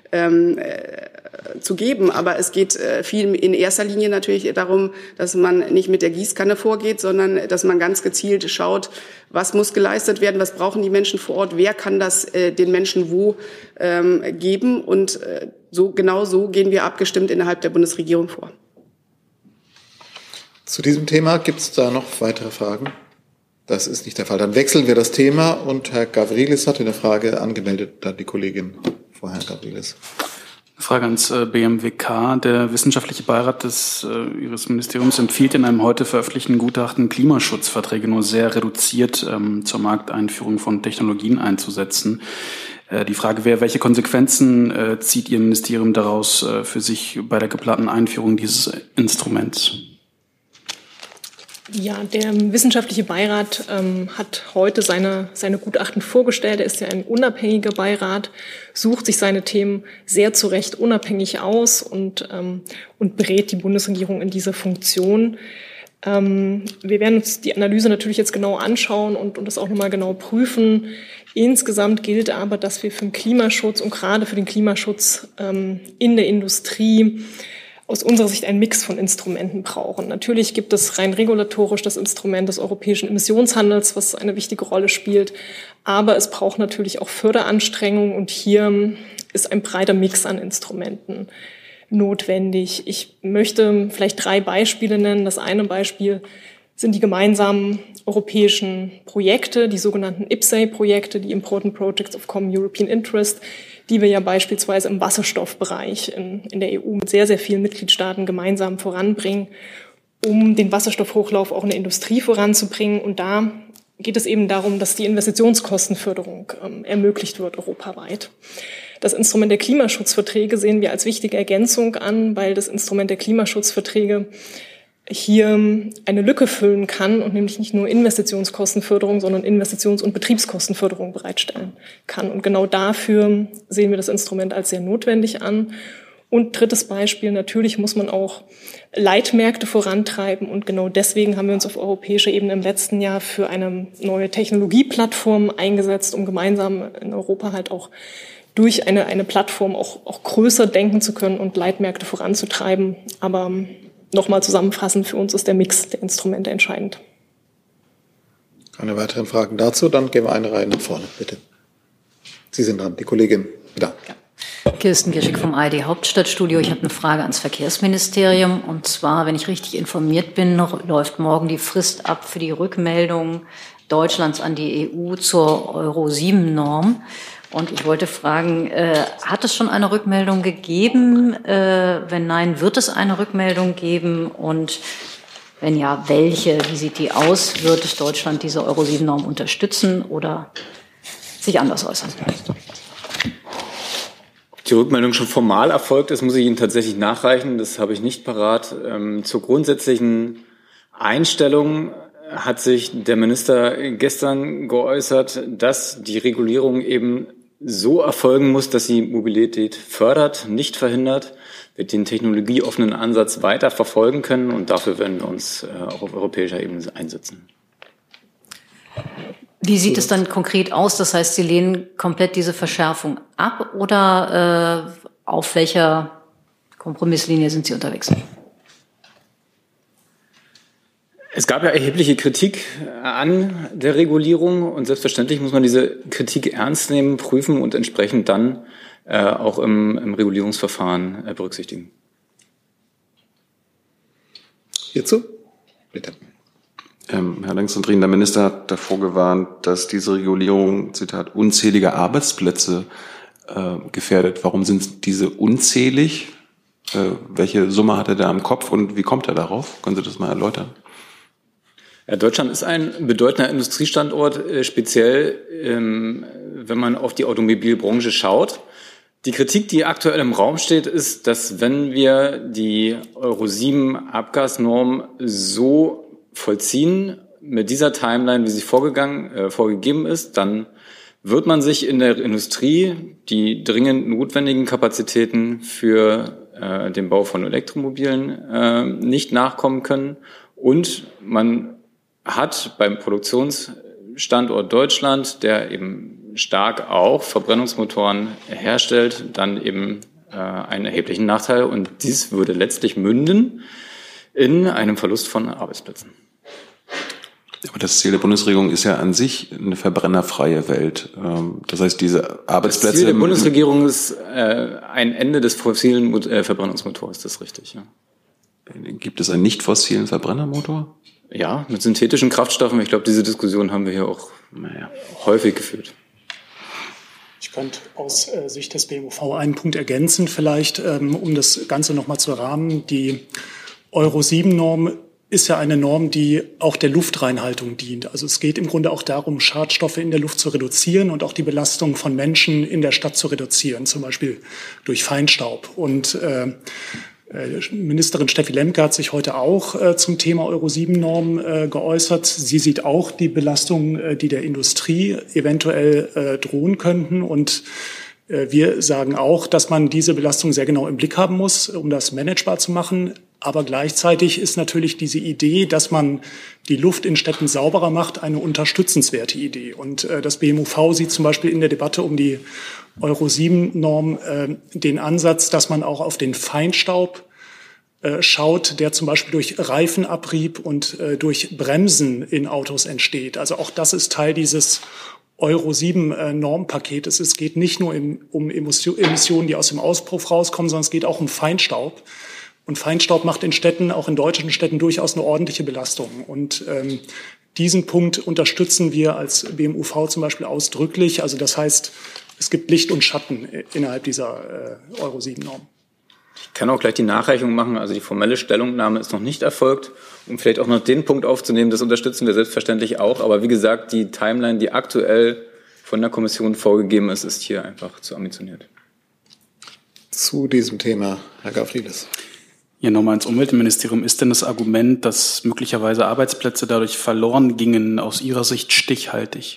zu geben. Aber es geht viel in erster Linie natürlich darum, dass man nicht mit der Gießkanne vorgeht, sondern dass man ganz gezielt schaut, was muss geleistet werden, was brauchen die Menschen vor Ort, wer kann das den Menschen wo geben. Und genau so gehen wir abgestimmt innerhalb der Bundesregierung vor. Zu diesem Thema gibt es da noch weitere Fragen? Das ist nicht der Fall. Dann wechseln wir das Thema und Herr Gavrilis hatte eine Frage angemeldet, da die Kollegin vor Herrn Gavrilis. Frage ans BMWK. Der wissenschaftliche Beirat Ihres Ministeriums empfiehlt in einem heute veröffentlichten Gutachten, Klimaschutzverträge nur sehr reduziert zur Markteinführung von Technologien einzusetzen. Die Frage wäre, welche Konsequenzen zieht Ihr Ministerium daraus für sich bei der geplanten Einführung dieses Instruments? Ja, der wissenschaftliche Beirat hat heute seine Gutachten vorgestellt. Er ist ja ein unabhängiger Beirat, sucht sich seine Themen sehr zu Recht unabhängig aus und berät die Bundesregierung in dieser Funktion. Wir werden uns die Analyse natürlich jetzt genau anschauen und das auch nochmal genau prüfen. Insgesamt gilt aber, dass wir für den Klimaschutz und gerade für den Klimaschutz in der Industrie aus unserer Sicht einen Mix von Instrumenten brauchen. Natürlich gibt es rein regulatorisch das Instrument des europäischen Emissionshandels, was eine wichtige Rolle spielt. Aber es braucht natürlich auch Förderanstrengungen und hier ist ein breiter Mix an Instrumenten notwendig. Ich möchte vielleicht 3 Beispiele nennen. Das eine Beispiel sind die gemeinsamen europäischen Projekte, die sogenannten IPCEI-Projekte, die Important Projects of Common European Interest, die wir ja beispielsweise im Wasserstoffbereich in der EU mit sehr, sehr vielen Mitgliedstaaten gemeinsam voranbringen, um den Wasserstoffhochlauf auch in der Industrie voranzubringen. Und da geht es eben darum, dass die Investitionskostenförderung ermöglicht wird europaweit. Das Instrument der Klimaschutzverträge sehen wir als wichtige Ergänzung an, weil das Instrument der Klimaschutzverträge hier eine Lücke füllen kann und nämlich nicht nur Investitionskostenförderung, sondern Investitions- und Betriebskostenförderung bereitstellen kann. Und genau dafür sehen wir das Instrument als sehr notwendig an. Und drittes Beispiel, natürlich muss man auch Leitmärkte vorantreiben. Und genau deswegen haben wir uns auf europäischer Ebene im letzten Jahr für eine neue Technologieplattform eingesetzt, um gemeinsam in Europa halt auch durch eine Plattform auch größer denken zu können und Leitmärkte voranzutreiben. Aber nochmal zusammenfassend, für uns ist der Mix der Instrumente entscheidend. Keine weiteren Fragen dazu, dann gehen wir eine Reihe nach vorne, bitte. Sie sind dran, die Kollegin da. Ja. Kirsten Gischig vom ARD Hauptstadtstudio. Ich habe eine Frage ans Verkehrsministerium. Und zwar, wenn ich richtig informiert bin, läuft morgen die Frist ab für die Rückmeldung Deutschlands an die EU zur Euro-7-Norm. Und ich wollte fragen, hat es schon eine Rückmeldung gegeben? Wenn nein, wird es eine Rückmeldung geben? Und wenn ja, welche? Wie sieht die aus? Wird Deutschland diese Euro-7-Norm unterstützen oder sich anders äußern? Ob die Rückmeldung schon formal erfolgt ist, muss ich Ihnen tatsächlich nachreichen. Das habe ich nicht parat. Zur grundsätzlichen Einstellung hat sich der Minister gestern geäußert, dass die Regulierung eben so erfolgen muss, dass sie Mobilität fördert, nicht verhindert, wir den technologieoffenen Ansatz weiter verfolgen können und dafür werden wir uns auch auf europäischer Ebene einsetzen. Wie sieht es dann konkret aus? Das heißt, Sie lehnen komplett diese Verschärfung ab oder auf welcher Kompromisslinie sind Sie unterwegs? Es gab ja erhebliche Kritik an der Regulierung und selbstverständlich muss man diese Kritik ernst nehmen, prüfen und entsprechend dann auch im Regulierungsverfahren berücksichtigen. Hierzu? Bitte. Herr Herr Alexandrin, der Minister hat davor gewarnt, dass diese Regulierung, Zitat, unzählige Arbeitsplätze gefährdet. Warum sind diese unzählig? Welche Summe hat er da im Kopf und wie kommt er darauf? Können Sie das mal erläutern? Ja, Deutschland ist ein bedeutender Industriestandort, speziell wenn man auf die Automobilbranche schaut. Die Kritik, die aktuell im Raum steht, ist, dass wenn wir die Euro-7 Abgasnorm so vollziehen, mit dieser Timeline, wie sie vorgegeben ist, dann wird man sich in der Industrie die dringend notwendigen Kapazitäten für den Bau von Elektromobilen nicht nachkommen können. Und man hat beim Produktionsstandort Deutschland, der eben stark auch Verbrennungsmotoren herstellt, dann eben einen erheblichen Nachteil. Und dies würde letztlich münden in einem Verlust von Arbeitsplätzen. Aber das Ziel der Bundesregierung ist ja an sich eine verbrennerfreie Welt. Das heißt, diese Arbeitsplätze... Das Ziel der Bundesregierung ist ein Ende des fossilen Verbrennungsmotors, das ist richtig. Ja. Gibt es einen nicht fossilen Verbrennermotor? Ja, mit synthetischen Kraftstoffen. Ich glaube, diese Diskussion haben wir hier auch häufig geführt. Ich könnte aus Sicht des BMUV einen Punkt ergänzen, vielleicht, um das Ganze nochmal zu rahmen. Die Euro-7-Norm ist ja eine Norm, die auch der Luftreinhaltung dient. Also es geht im Grunde auch darum, Schadstoffe in der Luft zu reduzieren und auch die Belastung von Menschen in der Stadt zu reduzieren, zum Beispiel durch Feinstaub. Und Ministerin Steffi Lemke hat sich heute auch zum Thema Euro-7-Norm geäußert. Sie sieht auch die Belastungen, die der Industrie eventuell drohen könnten. Und wir sagen auch, dass man diese Belastung sehr genau im Blick haben muss, um das managebar zu machen. Aber gleichzeitig ist natürlich diese Idee, dass man die Luft in Städten sauberer macht, eine unterstützenswerte Idee. Und das BMUV sieht zum Beispiel in der Debatte um die Euro-7-Norm den Ansatz, dass man auch auf den Feinstaub schaut, der zum Beispiel durch Reifenabrieb und durch Bremsen in Autos entsteht. Also auch das ist Teil dieses Euro-7-Normpaketes. Es geht nicht nur um Emissionen, die aus dem Auspuff rauskommen, sondern es geht auch um Feinstaub. Und Feinstaub macht in Städten, auch in deutschen Städten, durchaus eine ordentliche Belastung. Und diesen Punkt unterstützen wir als BMUV zum Beispiel ausdrücklich. Also das heißt, es gibt Licht und Schatten innerhalb dieser Euro-7-Norm. Ich kann auch gleich die Nachreichung machen. Also die formelle Stellungnahme ist noch nicht erfolgt. Um vielleicht auch noch den Punkt aufzunehmen, das unterstützen wir selbstverständlich auch. Aber wie gesagt, die Timeline, die aktuell von der Kommission vorgegeben ist, ist hier einfach zu ambitioniert. Zu diesem Thema, Herr Gavrilis. Ja, nochmal ins Umweltministerium. Ist denn das Argument, dass möglicherweise Arbeitsplätze dadurch verloren gingen, aus Ihrer Sicht stichhaltig?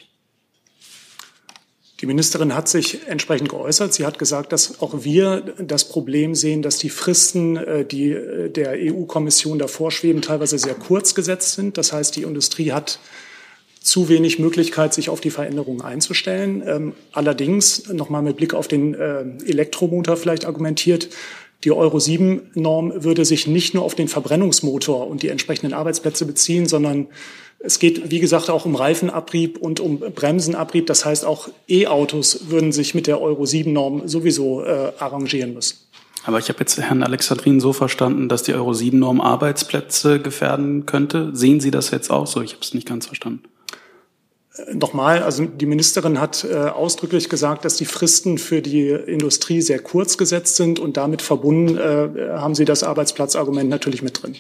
Die Ministerin hat sich entsprechend geäußert. Sie hat gesagt, dass auch wir das Problem sehen, dass die Fristen, die der EU-Kommission davor schweben, teilweise sehr kurz gesetzt sind. Das heißt, die Industrie hat zu wenig Möglichkeit, sich auf die Veränderungen einzustellen. Allerdings, nochmal mit Blick auf den Elektromotor vielleicht argumentiert, die Euro-7-Norm würde sich nicht nur auf den Verbrennungsmotor und die entsprechenden Arbeitsplätze beziehen, sondern es geht, wie gesagt, auch um Reifenabrieb und um Bremsenabrieb. Das heißt, auch E-Autos würden sich mit der Euro-7-Norm sowieso arrangieren müssen. Aber ich habe jetzt Herrn Alexandrin so verstanden, dass die Euro-7-Norm Arbeitsplätze gefährden könnte. Sehen Sie das jetzt auch so? Ich habe es nicht ganz verstanden. Nochmal, also die Ministerin hat ausdrücklich gesagt, dass die Fristen für die Industrie sehr kurz gesetzt sind und damit verbunden haben Sie das Arbeitsplatzargument natürlich mit drin.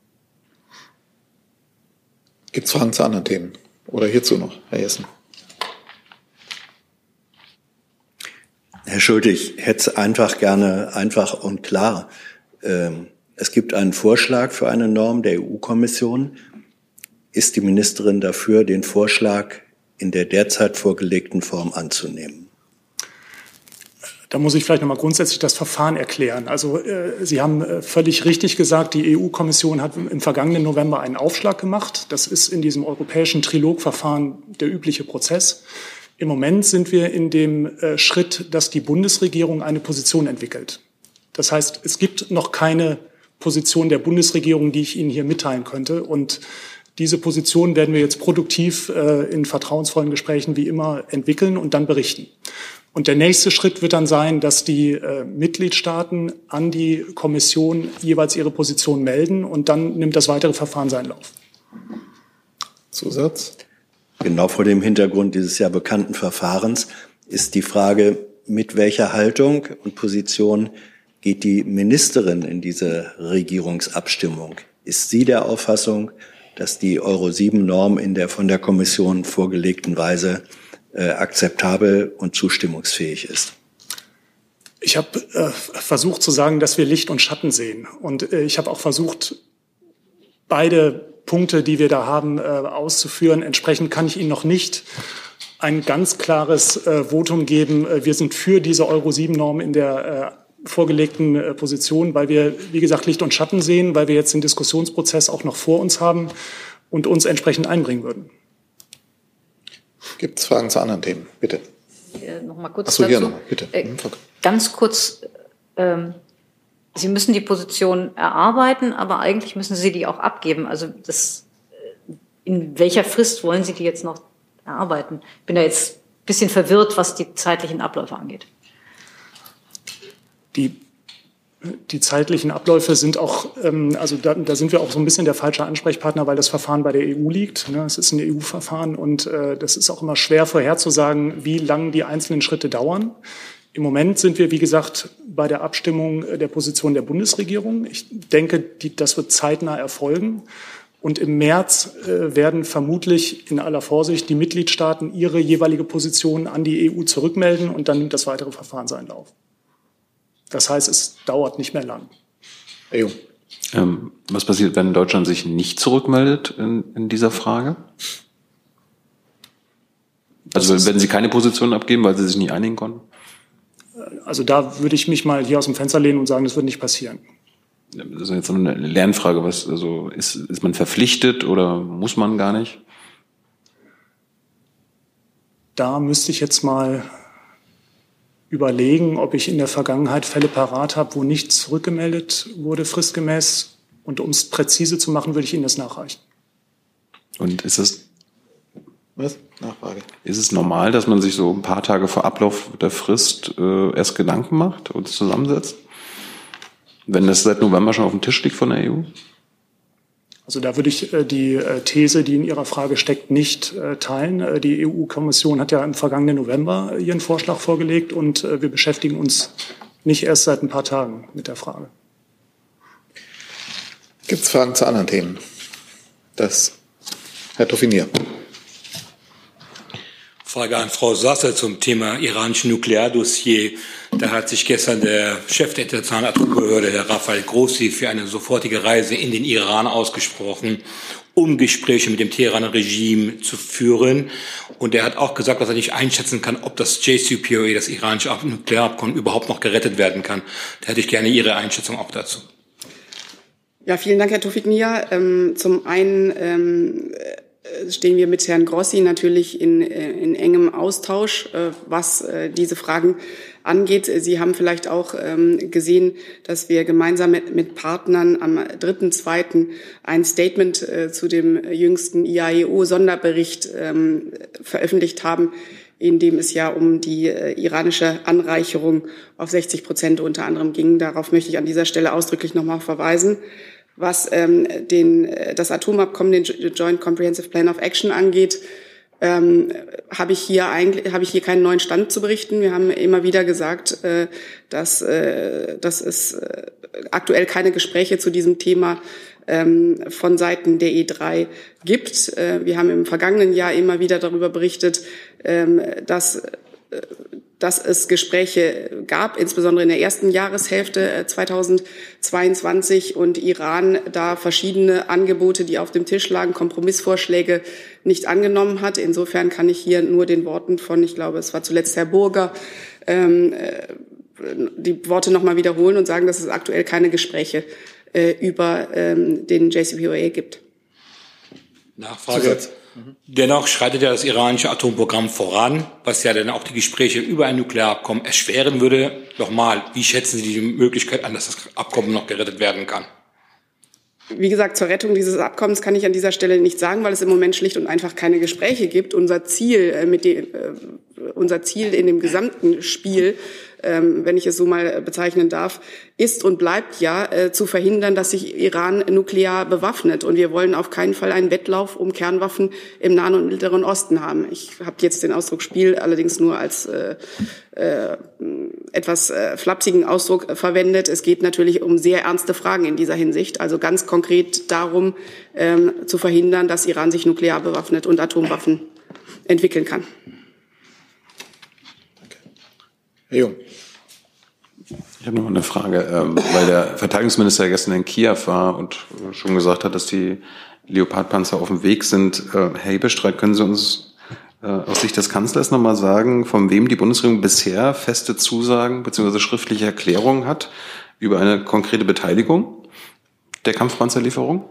Gibt es Fragen zu anderen Themen? Oder hierzu noch, Herr Jessen? Herr Schulte, ich hätte es einfach und klar. Es gibt einen Vorschlag für eine Norm der EU-Kommission. Ist die Ministerin dafür, den Vorschlag in der derzeit vorgelegten Form anzunehmen? Da muss ich vielleicht noch mal grundsätzlich das Verfahren erklären. Also Sie haben völlig richtig gesagt, die EU-Kommission hat im vergangenen November einen Aufschlag gemacht. Das ist in diesem europäischen Trilogverfahren der übliche Prozess. Im Moment sind wir in dem Schritt, dass die Bundesregierung eine Position entwickelt. Das heißt, es gibt noch keine Position der Bundesregierung, die ich Ihnen hier mitteilen könnte. Und diese Position werden wir jetzt produktiv in vertrauensvollen Gesprächen wie immer entwickeln und dann berichten. Und der nächste Schritt wird dann sein, dass die Mitgliedstaaten an die Kommission jeweils ihre Position melden und dann nimmt das weitere Verfahren seinen Lauf. Zusatz? Genau vor dem Hintergrund dieses ja bekannten Verfahrens ist die Frage, mit welcher Haltung und Position geht die Ministerin in diese Regierungsabstimmung? Ist sie der Auffassung, dass die Euro-7-Norm in der von der Kommission vorgelegten Weise akzeptabel und zustimmungsfähig ist? Ich habe versucht zu sagen, dass wir Licht und Schatten sehen. Und ich habe auch versucht, beide Punkte, die wir da haben, auszuführen. Entsprechend kann ich Ihnen noch nicht ein ganz klares Votum geben. Wir sind für diese Euro-7-Norm in der vorgelegten Position, weil wir, wie gesagt, Licht und Schatten sehen, weil wir jetzt den Diskussionsprozess auch noch vor uns haben und uns entsprechend einbringen würden. Gibt es Fragen zu anderen Themen? Bitte. Noch mal kurz dazu. Hier noch, bitte. Ganz kurz, Sie müssen die Position erarbeiten, aber eigentlich müssen Sie die auch abgeben. Also in welcher Frist wollen Sie die jetzt noch erarbeiten? Ich bin da jetzt ein bisschen verwirrt, was die zeitlichen Abläufe angeht. Die zeitlichen Abläufe sind auch, also da sind wir auch so ein bisschen der falsche Ansprechpartner, weil das Verfahren bei der EU liegt. Es ist ein EU-Verfahren und das ist auch immer schwer vorherzusagen, wie lang die einzelnen Schritte dauern. Im Moment sind wir, wie gesagt, bei der Abstimmung der Position der Bundesregierung. Ich denke, das wird zeitnah erfolgen. Und im März werden vermutlich in aller Vorsicht die Mitgliedstaaten ihre jeweilige Position an die EU zurückmelden und dann nimmt das weitere Verfahren seinen Lauf. Das heißt, es dauert nicht mehr lang. Was passiert, wenn Deutschland sich nicht zurückmeldet in dieser Frage? Also werden Sie keine Position abgeben, weil Sie sich nicht einigen konnten? Also da würde ich mich mal hier aus dem Fenster lehnen und sagen, das wird nicht passieren. Das ist jetzt eine Lernfrage. Ist man verpflichtet oder muss man gar nicht? Da müsste ich jetzt mal überlegen, ob ich in der Vergangenheit Fälle parat habe, wo nichts zurückgemeldet wurde, fristgemäß. Und um es präzise zu machen, würde ich Ihnen das nachreichen. Und ist es... Was? Nachfrage. Ist es normal, dass man sich so ein paar Tage vor Ablauf der Frist erst Gedanken macht und zusammensetzt? Wenn das seit November schon auf dem Tisch liegt von der EU? Also da würde ich die These, die in Ihrer Frage steckt, nicht teilen. Die EU-Kommission hat ja im vergangenen November ihren Vorschlag vorgelegt und wir beschäftigen uns nicht erst seit ein paar Tagen mit der Frage. Gibt es Fragen zu anderen Themen? Herr Toffinier. Frage an Frau Sasse zum Thema iranischen Nukleardossier. Da hat sich gestern der Chef der Internationalen Atombehörde, Herr Rafael Grossi, für eine sofortige Reise in den Iran ausgesprochen, um Gespräche mit dem Teheraner Regime zu führen. Und er hat auch gesagt, dass er nicht einschätzen kann, ob das JCPOA, das iranische Nuklearabkommen, überhaupt noch gerettet werden kann. Da hätte ich gerne Ihre Einschätzung auch dazu. Ja, vielen Dank, Herr Toufik-Nia. Zum einen stehen wir mit Herrn Grossi natürlich in engem Austausch, was diese Fragen angeht. Sie haben vielleicht auch gesehen, dass wir gemeinsam mit Partnern am 3.2. ein Statement zu dem jüngsten IAEO-Sonderbericht veröffentlicht haben, in dem es ja um die iranische Anreicherung auf 60% unter anderem ging. Darauf möchte ich an dieser Stelle ausdrücklich nochmal verweisen. Was das Atomabkommen, den Joint Comprehensive Plan of Action angeht, habe ich hier keinen neuen Stand zu berichten. Wir haben immer wieder gesagt, dass es aktuell keine Gespräche zu diesem Thema von Seiten der E3 gibt. Wir haben im vergangenen Jahr immer wieder darüber berichtet, dass es Gespräche gab, insbesondere in der ersten Jahreshälfte 2022 und Iran da verschiedene Angebote, die auf dem Tisch lagen, Kompromissvorschläge nicht angenommen hat. Insofern kann ich hier nur den Worten von, ich glaube, es war zuletzt Herr Burger, die Worte nochmal wiederholen und sagen, dass es aktuell keine Gespräche über den JCPOA gibt. Nachfrage. Dennoch schreitet ja das iranische Atomprogramm voran, was ja dann auch die Gespräche über ein Nuklearabkommen erschweren würde. Nochmal, wie schätzen Sie die Möglichkeit an, dass das Abkommen noch gerettet werden kann? Wie gesagt, zur Rettung dieses Abkommens kann ich an dieser Stelle nicht sagen, weil es im Moment schlicht und einfach keine Gespräche gibt. Unser Ziel in dem gesamten Spiel wenn ich es so mal bezeichnen darf, ist und bleibt ja zu verhindern, dass sich Iran nuklear bewaffnet. Und wir wollen auf keinen Fall einen Wettlauf um Kernwaffen im Nahen und Mittleren Osten haben. Ich habe jetzt den Ausdruck Spiel allerdings nur als etwas flapsigen Ausdruck verwendet. Es geht natürlich um sehr ernste Fragen in dieser Hinsicht. Also ganz konkret darum, zu verhindern, dass Iran sich nuklear bewaffnet und Atomwaffen entwickeln kann. Herr Jung. Ich habe noch eine Frage, weil der Verteidigungsminister gestern in Kiew war und schon gesagt hat, dass die Leopard-Panzer auf dem Weg sind. Herr Hebestreit, können Sie uns aus Sicht des Kanzlers nochmal sagen, von wem die Bundesregierung bisher feste Zusagen bzw. schriftliche Erklärungen hat über eine konkrete Beteiligung der Kampfpanzerlieferung?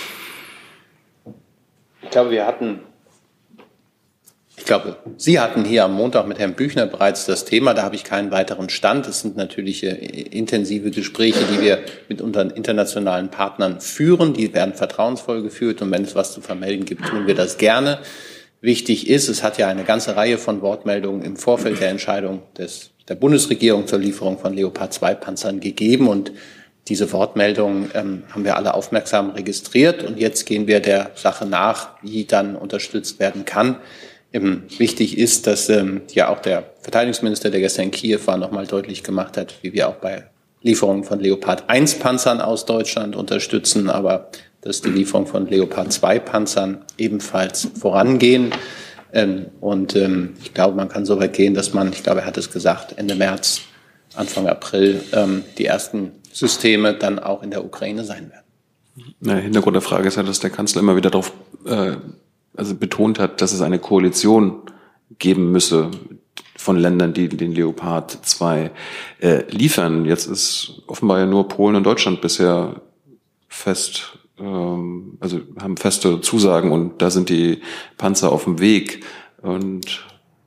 Ich glaube, Sie hatten hier am Montag mit Herrn Büchner bereits das Thema. Da habe ich keinen weiteren Stand. Es sind natürlich intensive Gespräche, die wir mit unseren internationalen Partnern führen. Die werden vertrauensvoll geführt. Und wenn es was zu vermelden gibt, tun wir das gerne. Wichtig ist, es hat ja eine ganze Reihe von Wortmeldungen im Vorfeld der Entscheidung der Bundesregierung zur Lieferung von Leopard-2-Panzern gegeben. Und diese Wortmeldungen haben wir alle aufmerksam registriert. Und jetzt gehen wir der Sache nach, wie dann unterstützt werden kann. Wichtig ist, dass ja auch der Verteidigungsminister, der gestern in Kiew war, nochmal deutlich gemacht hat, wie wir auch bei Lieferungen von Leopard-1-Panzern aus Deutschland unterstützen, aber dass die Lieferung von Leopard-2-Panzern ebenfalls vorangehen. Ich glaube, man kann so weit gehen, dass man, ich glaube, er hat es gesagt, Ende März, Anfang April die ersten Systeme dann auch in der Ukraine sein werden. Der Hintergrund der Frage ist ja, dass der Kanzler immer wieder darauf betont hat, dass es eine Koalition geben müsse von Ländern, die den Leopard 2 liefern. Jetzt ist offenbar ja nur Polen und Deutschland bisher haben feste Zusagen und da sind die Panzer auf dem Weg. Und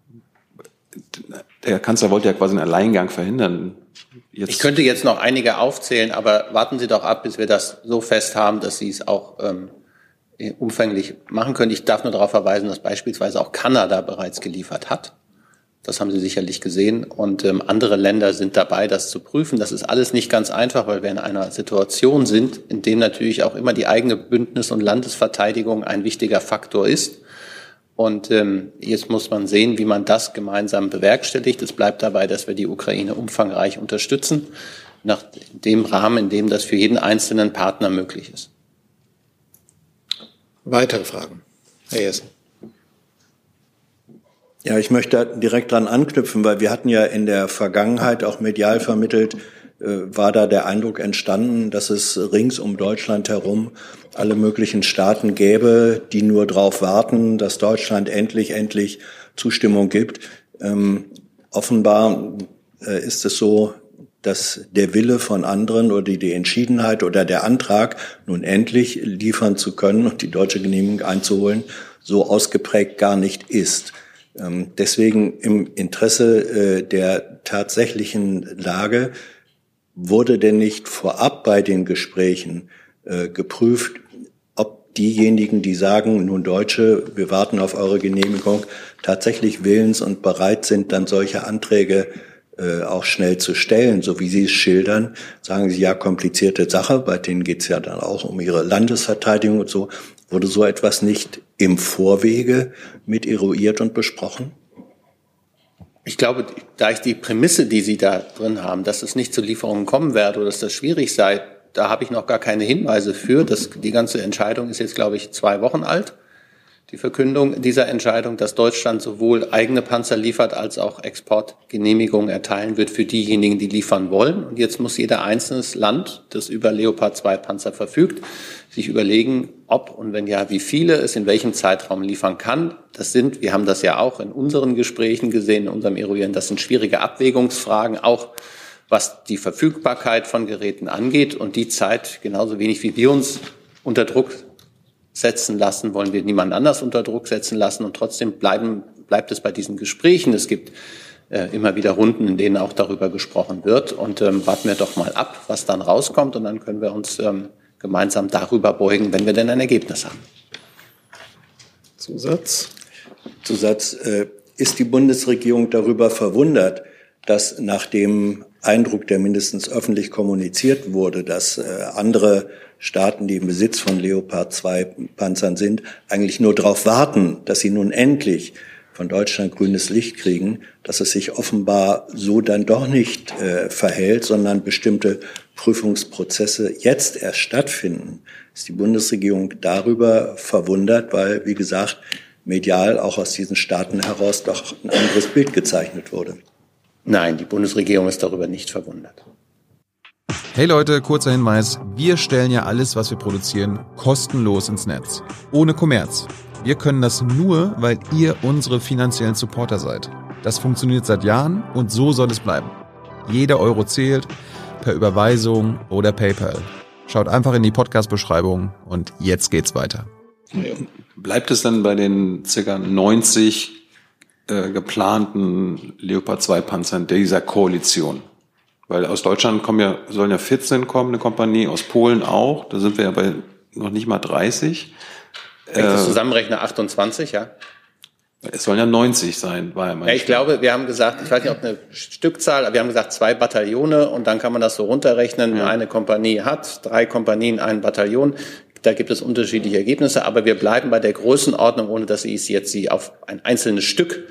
der Kanzler wollte ja quasi einen Alleingang verhindern. Ich könnte jetzt noch einige aufzählen, aber warten Sie doch ab, bis wir das so fest haben, dass Sie es auch umfänglich machen können. Ich darf nur darauf verweisen, dass beispielsweise auch Kanada bereits geliefert hat. Das haben Sie sicherlich gesehen. Und andere Länder sind dabei, das zu prüfen. Das ist alles nicht ganz einfach, weil wir in einer Situation sind, in dem natürlich auch immer die eigene Bündnis- und Landesverteidigung ein wichtiger Faktor ist. Und jetzt muss man sehen, wie man das gemeinsam bewerkstelligt. Es bleibt dabei, dass wir die Ukraine umfangreich unterstützen, nach dem Rahmen, in dem das für jeden einzelnen Partner möglich ist. Weitere Fragen? Herr Jessen. Ja, ich möchte direkt dran anknüpfen, weil wir hatten ja in der Vergangenheit auch medial vermittelt, war da der Eindruck entstanden, dass es rings um Deutschland herum alle möglichen Staaten gäbe, die nur darauf warten, dass Deutschland endlich Zustimmung gibt. Offenbar ist es so, dass der Wille von anderen oder die Entschiedenheit oder der Antrag, nun endlich liefern zu können und die deutsche Genehmigung einzuholen, so ausgeprägt gar nicht ist. Deswegen im Interesse der tatsächlichen Lage wurde denn nicht vorab bei den Gesprächen geprüft, ob diejenigen, die sagen, nun Deutsche, wir warten auf eure Genehmigung, tatsächlich willens und bereit sind, dann solche Anträge auch schnell zu stellen, so wie Sie es schildern. Sagen Sie, ja, komplizierte Sache, bei denen geht es ja dann auch um ihre Landesverteidigung und so. Wurde so etwas nicht im Vorwege mit eruiert und besprochen? Ich glaube, da ich die Prämisse, die Sie da drin haben, dass es nicht zu Lieferungen kommen werde oder dass das schwierig sei, da habe ich noch gar keine Hinweise für. Die ganze Entscheidung ist jetzt, glaube ich, 2 Wochen alt. Die Verkündung dieser Entscheidung, dass Deutschland sowohl eigene Panzer liefert als auch Exportgenehmigungen erteilen wird für diejenigen, die liefern wollen. Und jetzt muss jeder einzelne Land, das über Leopard 2 Panzer verfügt, sich überlegen, ob und wenn ja, wie viele es in welchem Zeitraum liefern kann. Wir haben das ja auch in unseren Gesprächen gesehen, in unserem Eruieren, das sind schwierige Abwägungsfragen, auch was die Verfügbarkeit von Geräten angeht. Und die Zeit, genauso wenig wie wir uns unter Druck setzen lassen, wollen wir niemand anders unter Druck setzen lassen. Und trotzdem bleibt es bei diesen Gesprächen. Es gibt immer wieder Runden, in denen auch darüber gesprochen wird. Und warten wir doch mal ab, was dann rauskommt. Und dann können wir uns gemeinsam darüber beugen, wenn wir denn ein Ergebnis haben. Zusatz. Ist die Bundesregierung darüber verwundert, dass nach dem Eindruck, der mindestens öffentlich kommuniziert wurde, dass andere Staaten, die im Besitz von Leopard 2 Panzern sind, eigentlich nur darauf warten, dass sie nun endlich von Deutschland grünes Licht kriegen, dass es sich offenbar so dann doch nicht verhält, sondern bestimmte Prüfungsprozesse jetzt erst stattfinden, ist die Bundesregierung darüber verwundert, weil, wie gesagt, medial auch aus diesen Staaten heraus doch ein anderes Bild gezeichnet wurde. Nein, die Bundesregierung ist darüber nicht verwundert. Hey Leute, kurzer Hinweis. Wir stellen ja alles, was wir produzieren, kostenlos ins Netz. Ohne Kommerz. Wir können das nur, weil ihr unsere finanziellen Supporter seid. Das funktioniert seit Jahren und so soll es bleiben. Jeder Euro zählt, per Überweisung oder PayPal. Schaut einfach in die Podcast-Beschreibung und jetzt geht's weiter. Bleibt es dann bei den ca. 90 geplanten Leopard 2 Panzern dieser Koalition? Weil aus Deutschland sollen ja 14 kommen, eine Kompanie, aus Polen auch. Da sind wir ja bei noch nicht mal 30. Wenn ich das zusammenrechne, 28, ja. Es sollen ja 90 sein, war ja mein Ich glaube, wir haben gesagt, ich weiß nicht, ob eine Stückzahl, aber wir haben gesagt 2 Bataillone und dann kann man das so runterrechnen. Ja. Eine Kompanie hat 3 Kompanien, ein Bataillon. Da gibt es unterschiedliche Ergebnisse, aber wir bleiben bei der Größenordnung, ohne dass ich jetzt sie auf ein einzelnes Stück.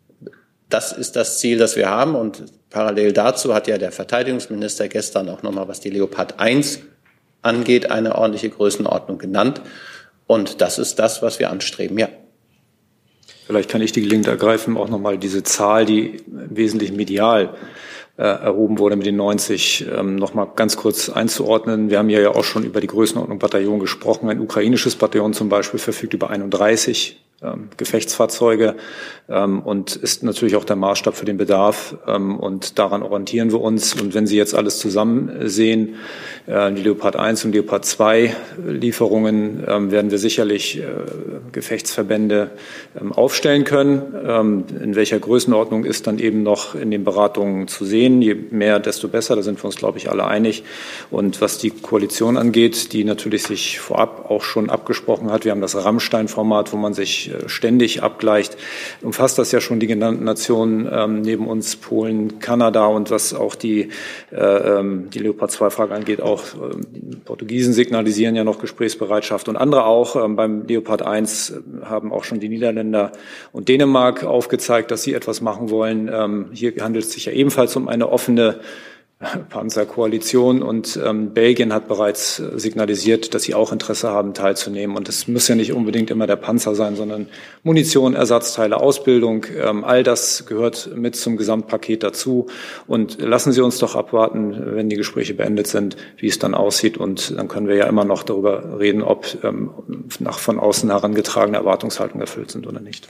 Das ist das Ziel, das wir haben. Und parallel dazu hat ja der Verteidigungsminister gestern auch nochmal, was die Leopard 1 angeht, eine ordentliche Größenordnung genannt. Und das ist das, was wir anstreben, ja. Vielleicht kann ich die Gelegenheit ergreifen, auch nochmal diese Zahl, die im Wesentlichen medial erhoben wurde mit den 90, nochmal ganz kurz einzuordnen. Wir haben ja auch schon über die Größenordnung Bataillon gesprochen. Ein ukrainisches Bataillon zum Beispiel verfügt über 31 Gefechtsfahrzeuge und ist natürlich auch der Maßstab für den Bedarf. Und daran orientieren wir uns. Und wenn Sie jetzt alles zusammen sehen, die Leopard 1 und Leopard 2 Lieferungen, werden wir sicherlich Gefechtsverbände aufstellen können. In welcher Größenordnung ist dann eben noch in den Beratungen zu sehen. Je mehr, desto besser. Da sind wir uns, glaube ich, alle einig. Und was die Koalition angeht, die natürlich sich vorab auch schon abgesprochen hat, wir haben das Rammstein-Format, wo man sich ständig abgleicht, umfasst das ja schon die genannten Nationen neben uns, Polen, Kanada und was auch die Leopard-2-Frage angeht, auch die Portugiesen signalisieren ja noch Gesprächsbereitschaft und andere auch. Beim Leopard 1 haben auch schon die Niederländer und Dänemark aufgezeigt, dass sie etwas machen wollen. Hier handelt es sich ja ebenfalls um eine offene Panzerkoalition und Belgien hat bereits signalisiert, dass sie auch Interesse haben, teilzunehmen. Und es muss ja nicht unbedingt immer der Panzer sein, sondern Munition, Ersatzteile, Ausbildung. All das gehört mit zum Gesamtpaket dazu. Und lassen Sie uns doch abwarten, wenn die Gespräche beendet sind, wie es dann aussieht. Und dann können wir ja immer noch darüber reden, ob nach von außen herangetragene Erwartungshaltungen erfüllt sind oder nicht.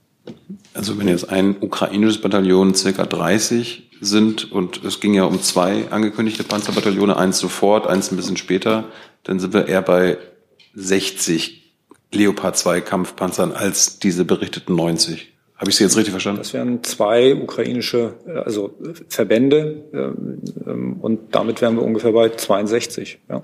Also wenn jetzt ein ukrainisches Bataillon ca. 30 sind und es ging ja um 2 angekündigte Panzerbataillone, eins sofort, eins ein bisschen später, dann sind wir eher bei 60 Leopard 2 Kampfpanzern als diese berichteten 90. Habe ich Sie jetzt richtig verstanden? Das wären 2 ukrainische Verbände und damit wären wir ungefähr bei 62. Ja.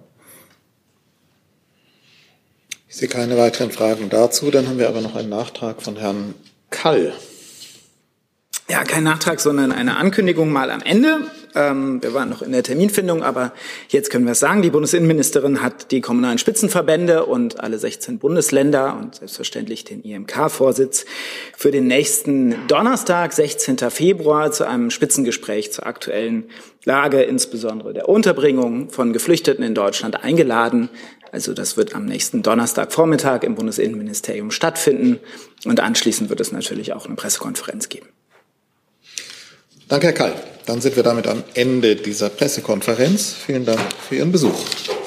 Ich sehe keine weiteren Fragen dazu. Dann haben wir aber noch einen Nachtrag von Herrn Kall. Ja, kein Nachtrag, sondern eine Ankündigung mal am Ende. Wir waren noch in der Terminfindung, aber jetzt können wir es sagen. Die Bundesinnenministerin hat die kommunalen Spitzenverbände und alle 16 Bundesländer und selbstverständlich den IMK-Vorsitz für den nächsten Donnerstag, 16. Februar, zu einem Spitzengespräch zur aktuellen Lage, insbesondere der Unterbringung von Geflüchteten in Deutschland, eingeladen. Also das wird am nächsten Donnerstagvormittag im Bundesinnenministerium stattfinden und anschließend wird es natürlich auch eine Pressekonferenz geben. Danke, Herr Kall. Dann sind wir damit am Ende dieser Pressekonferenz. Vielen Dank für Ihren Besuch.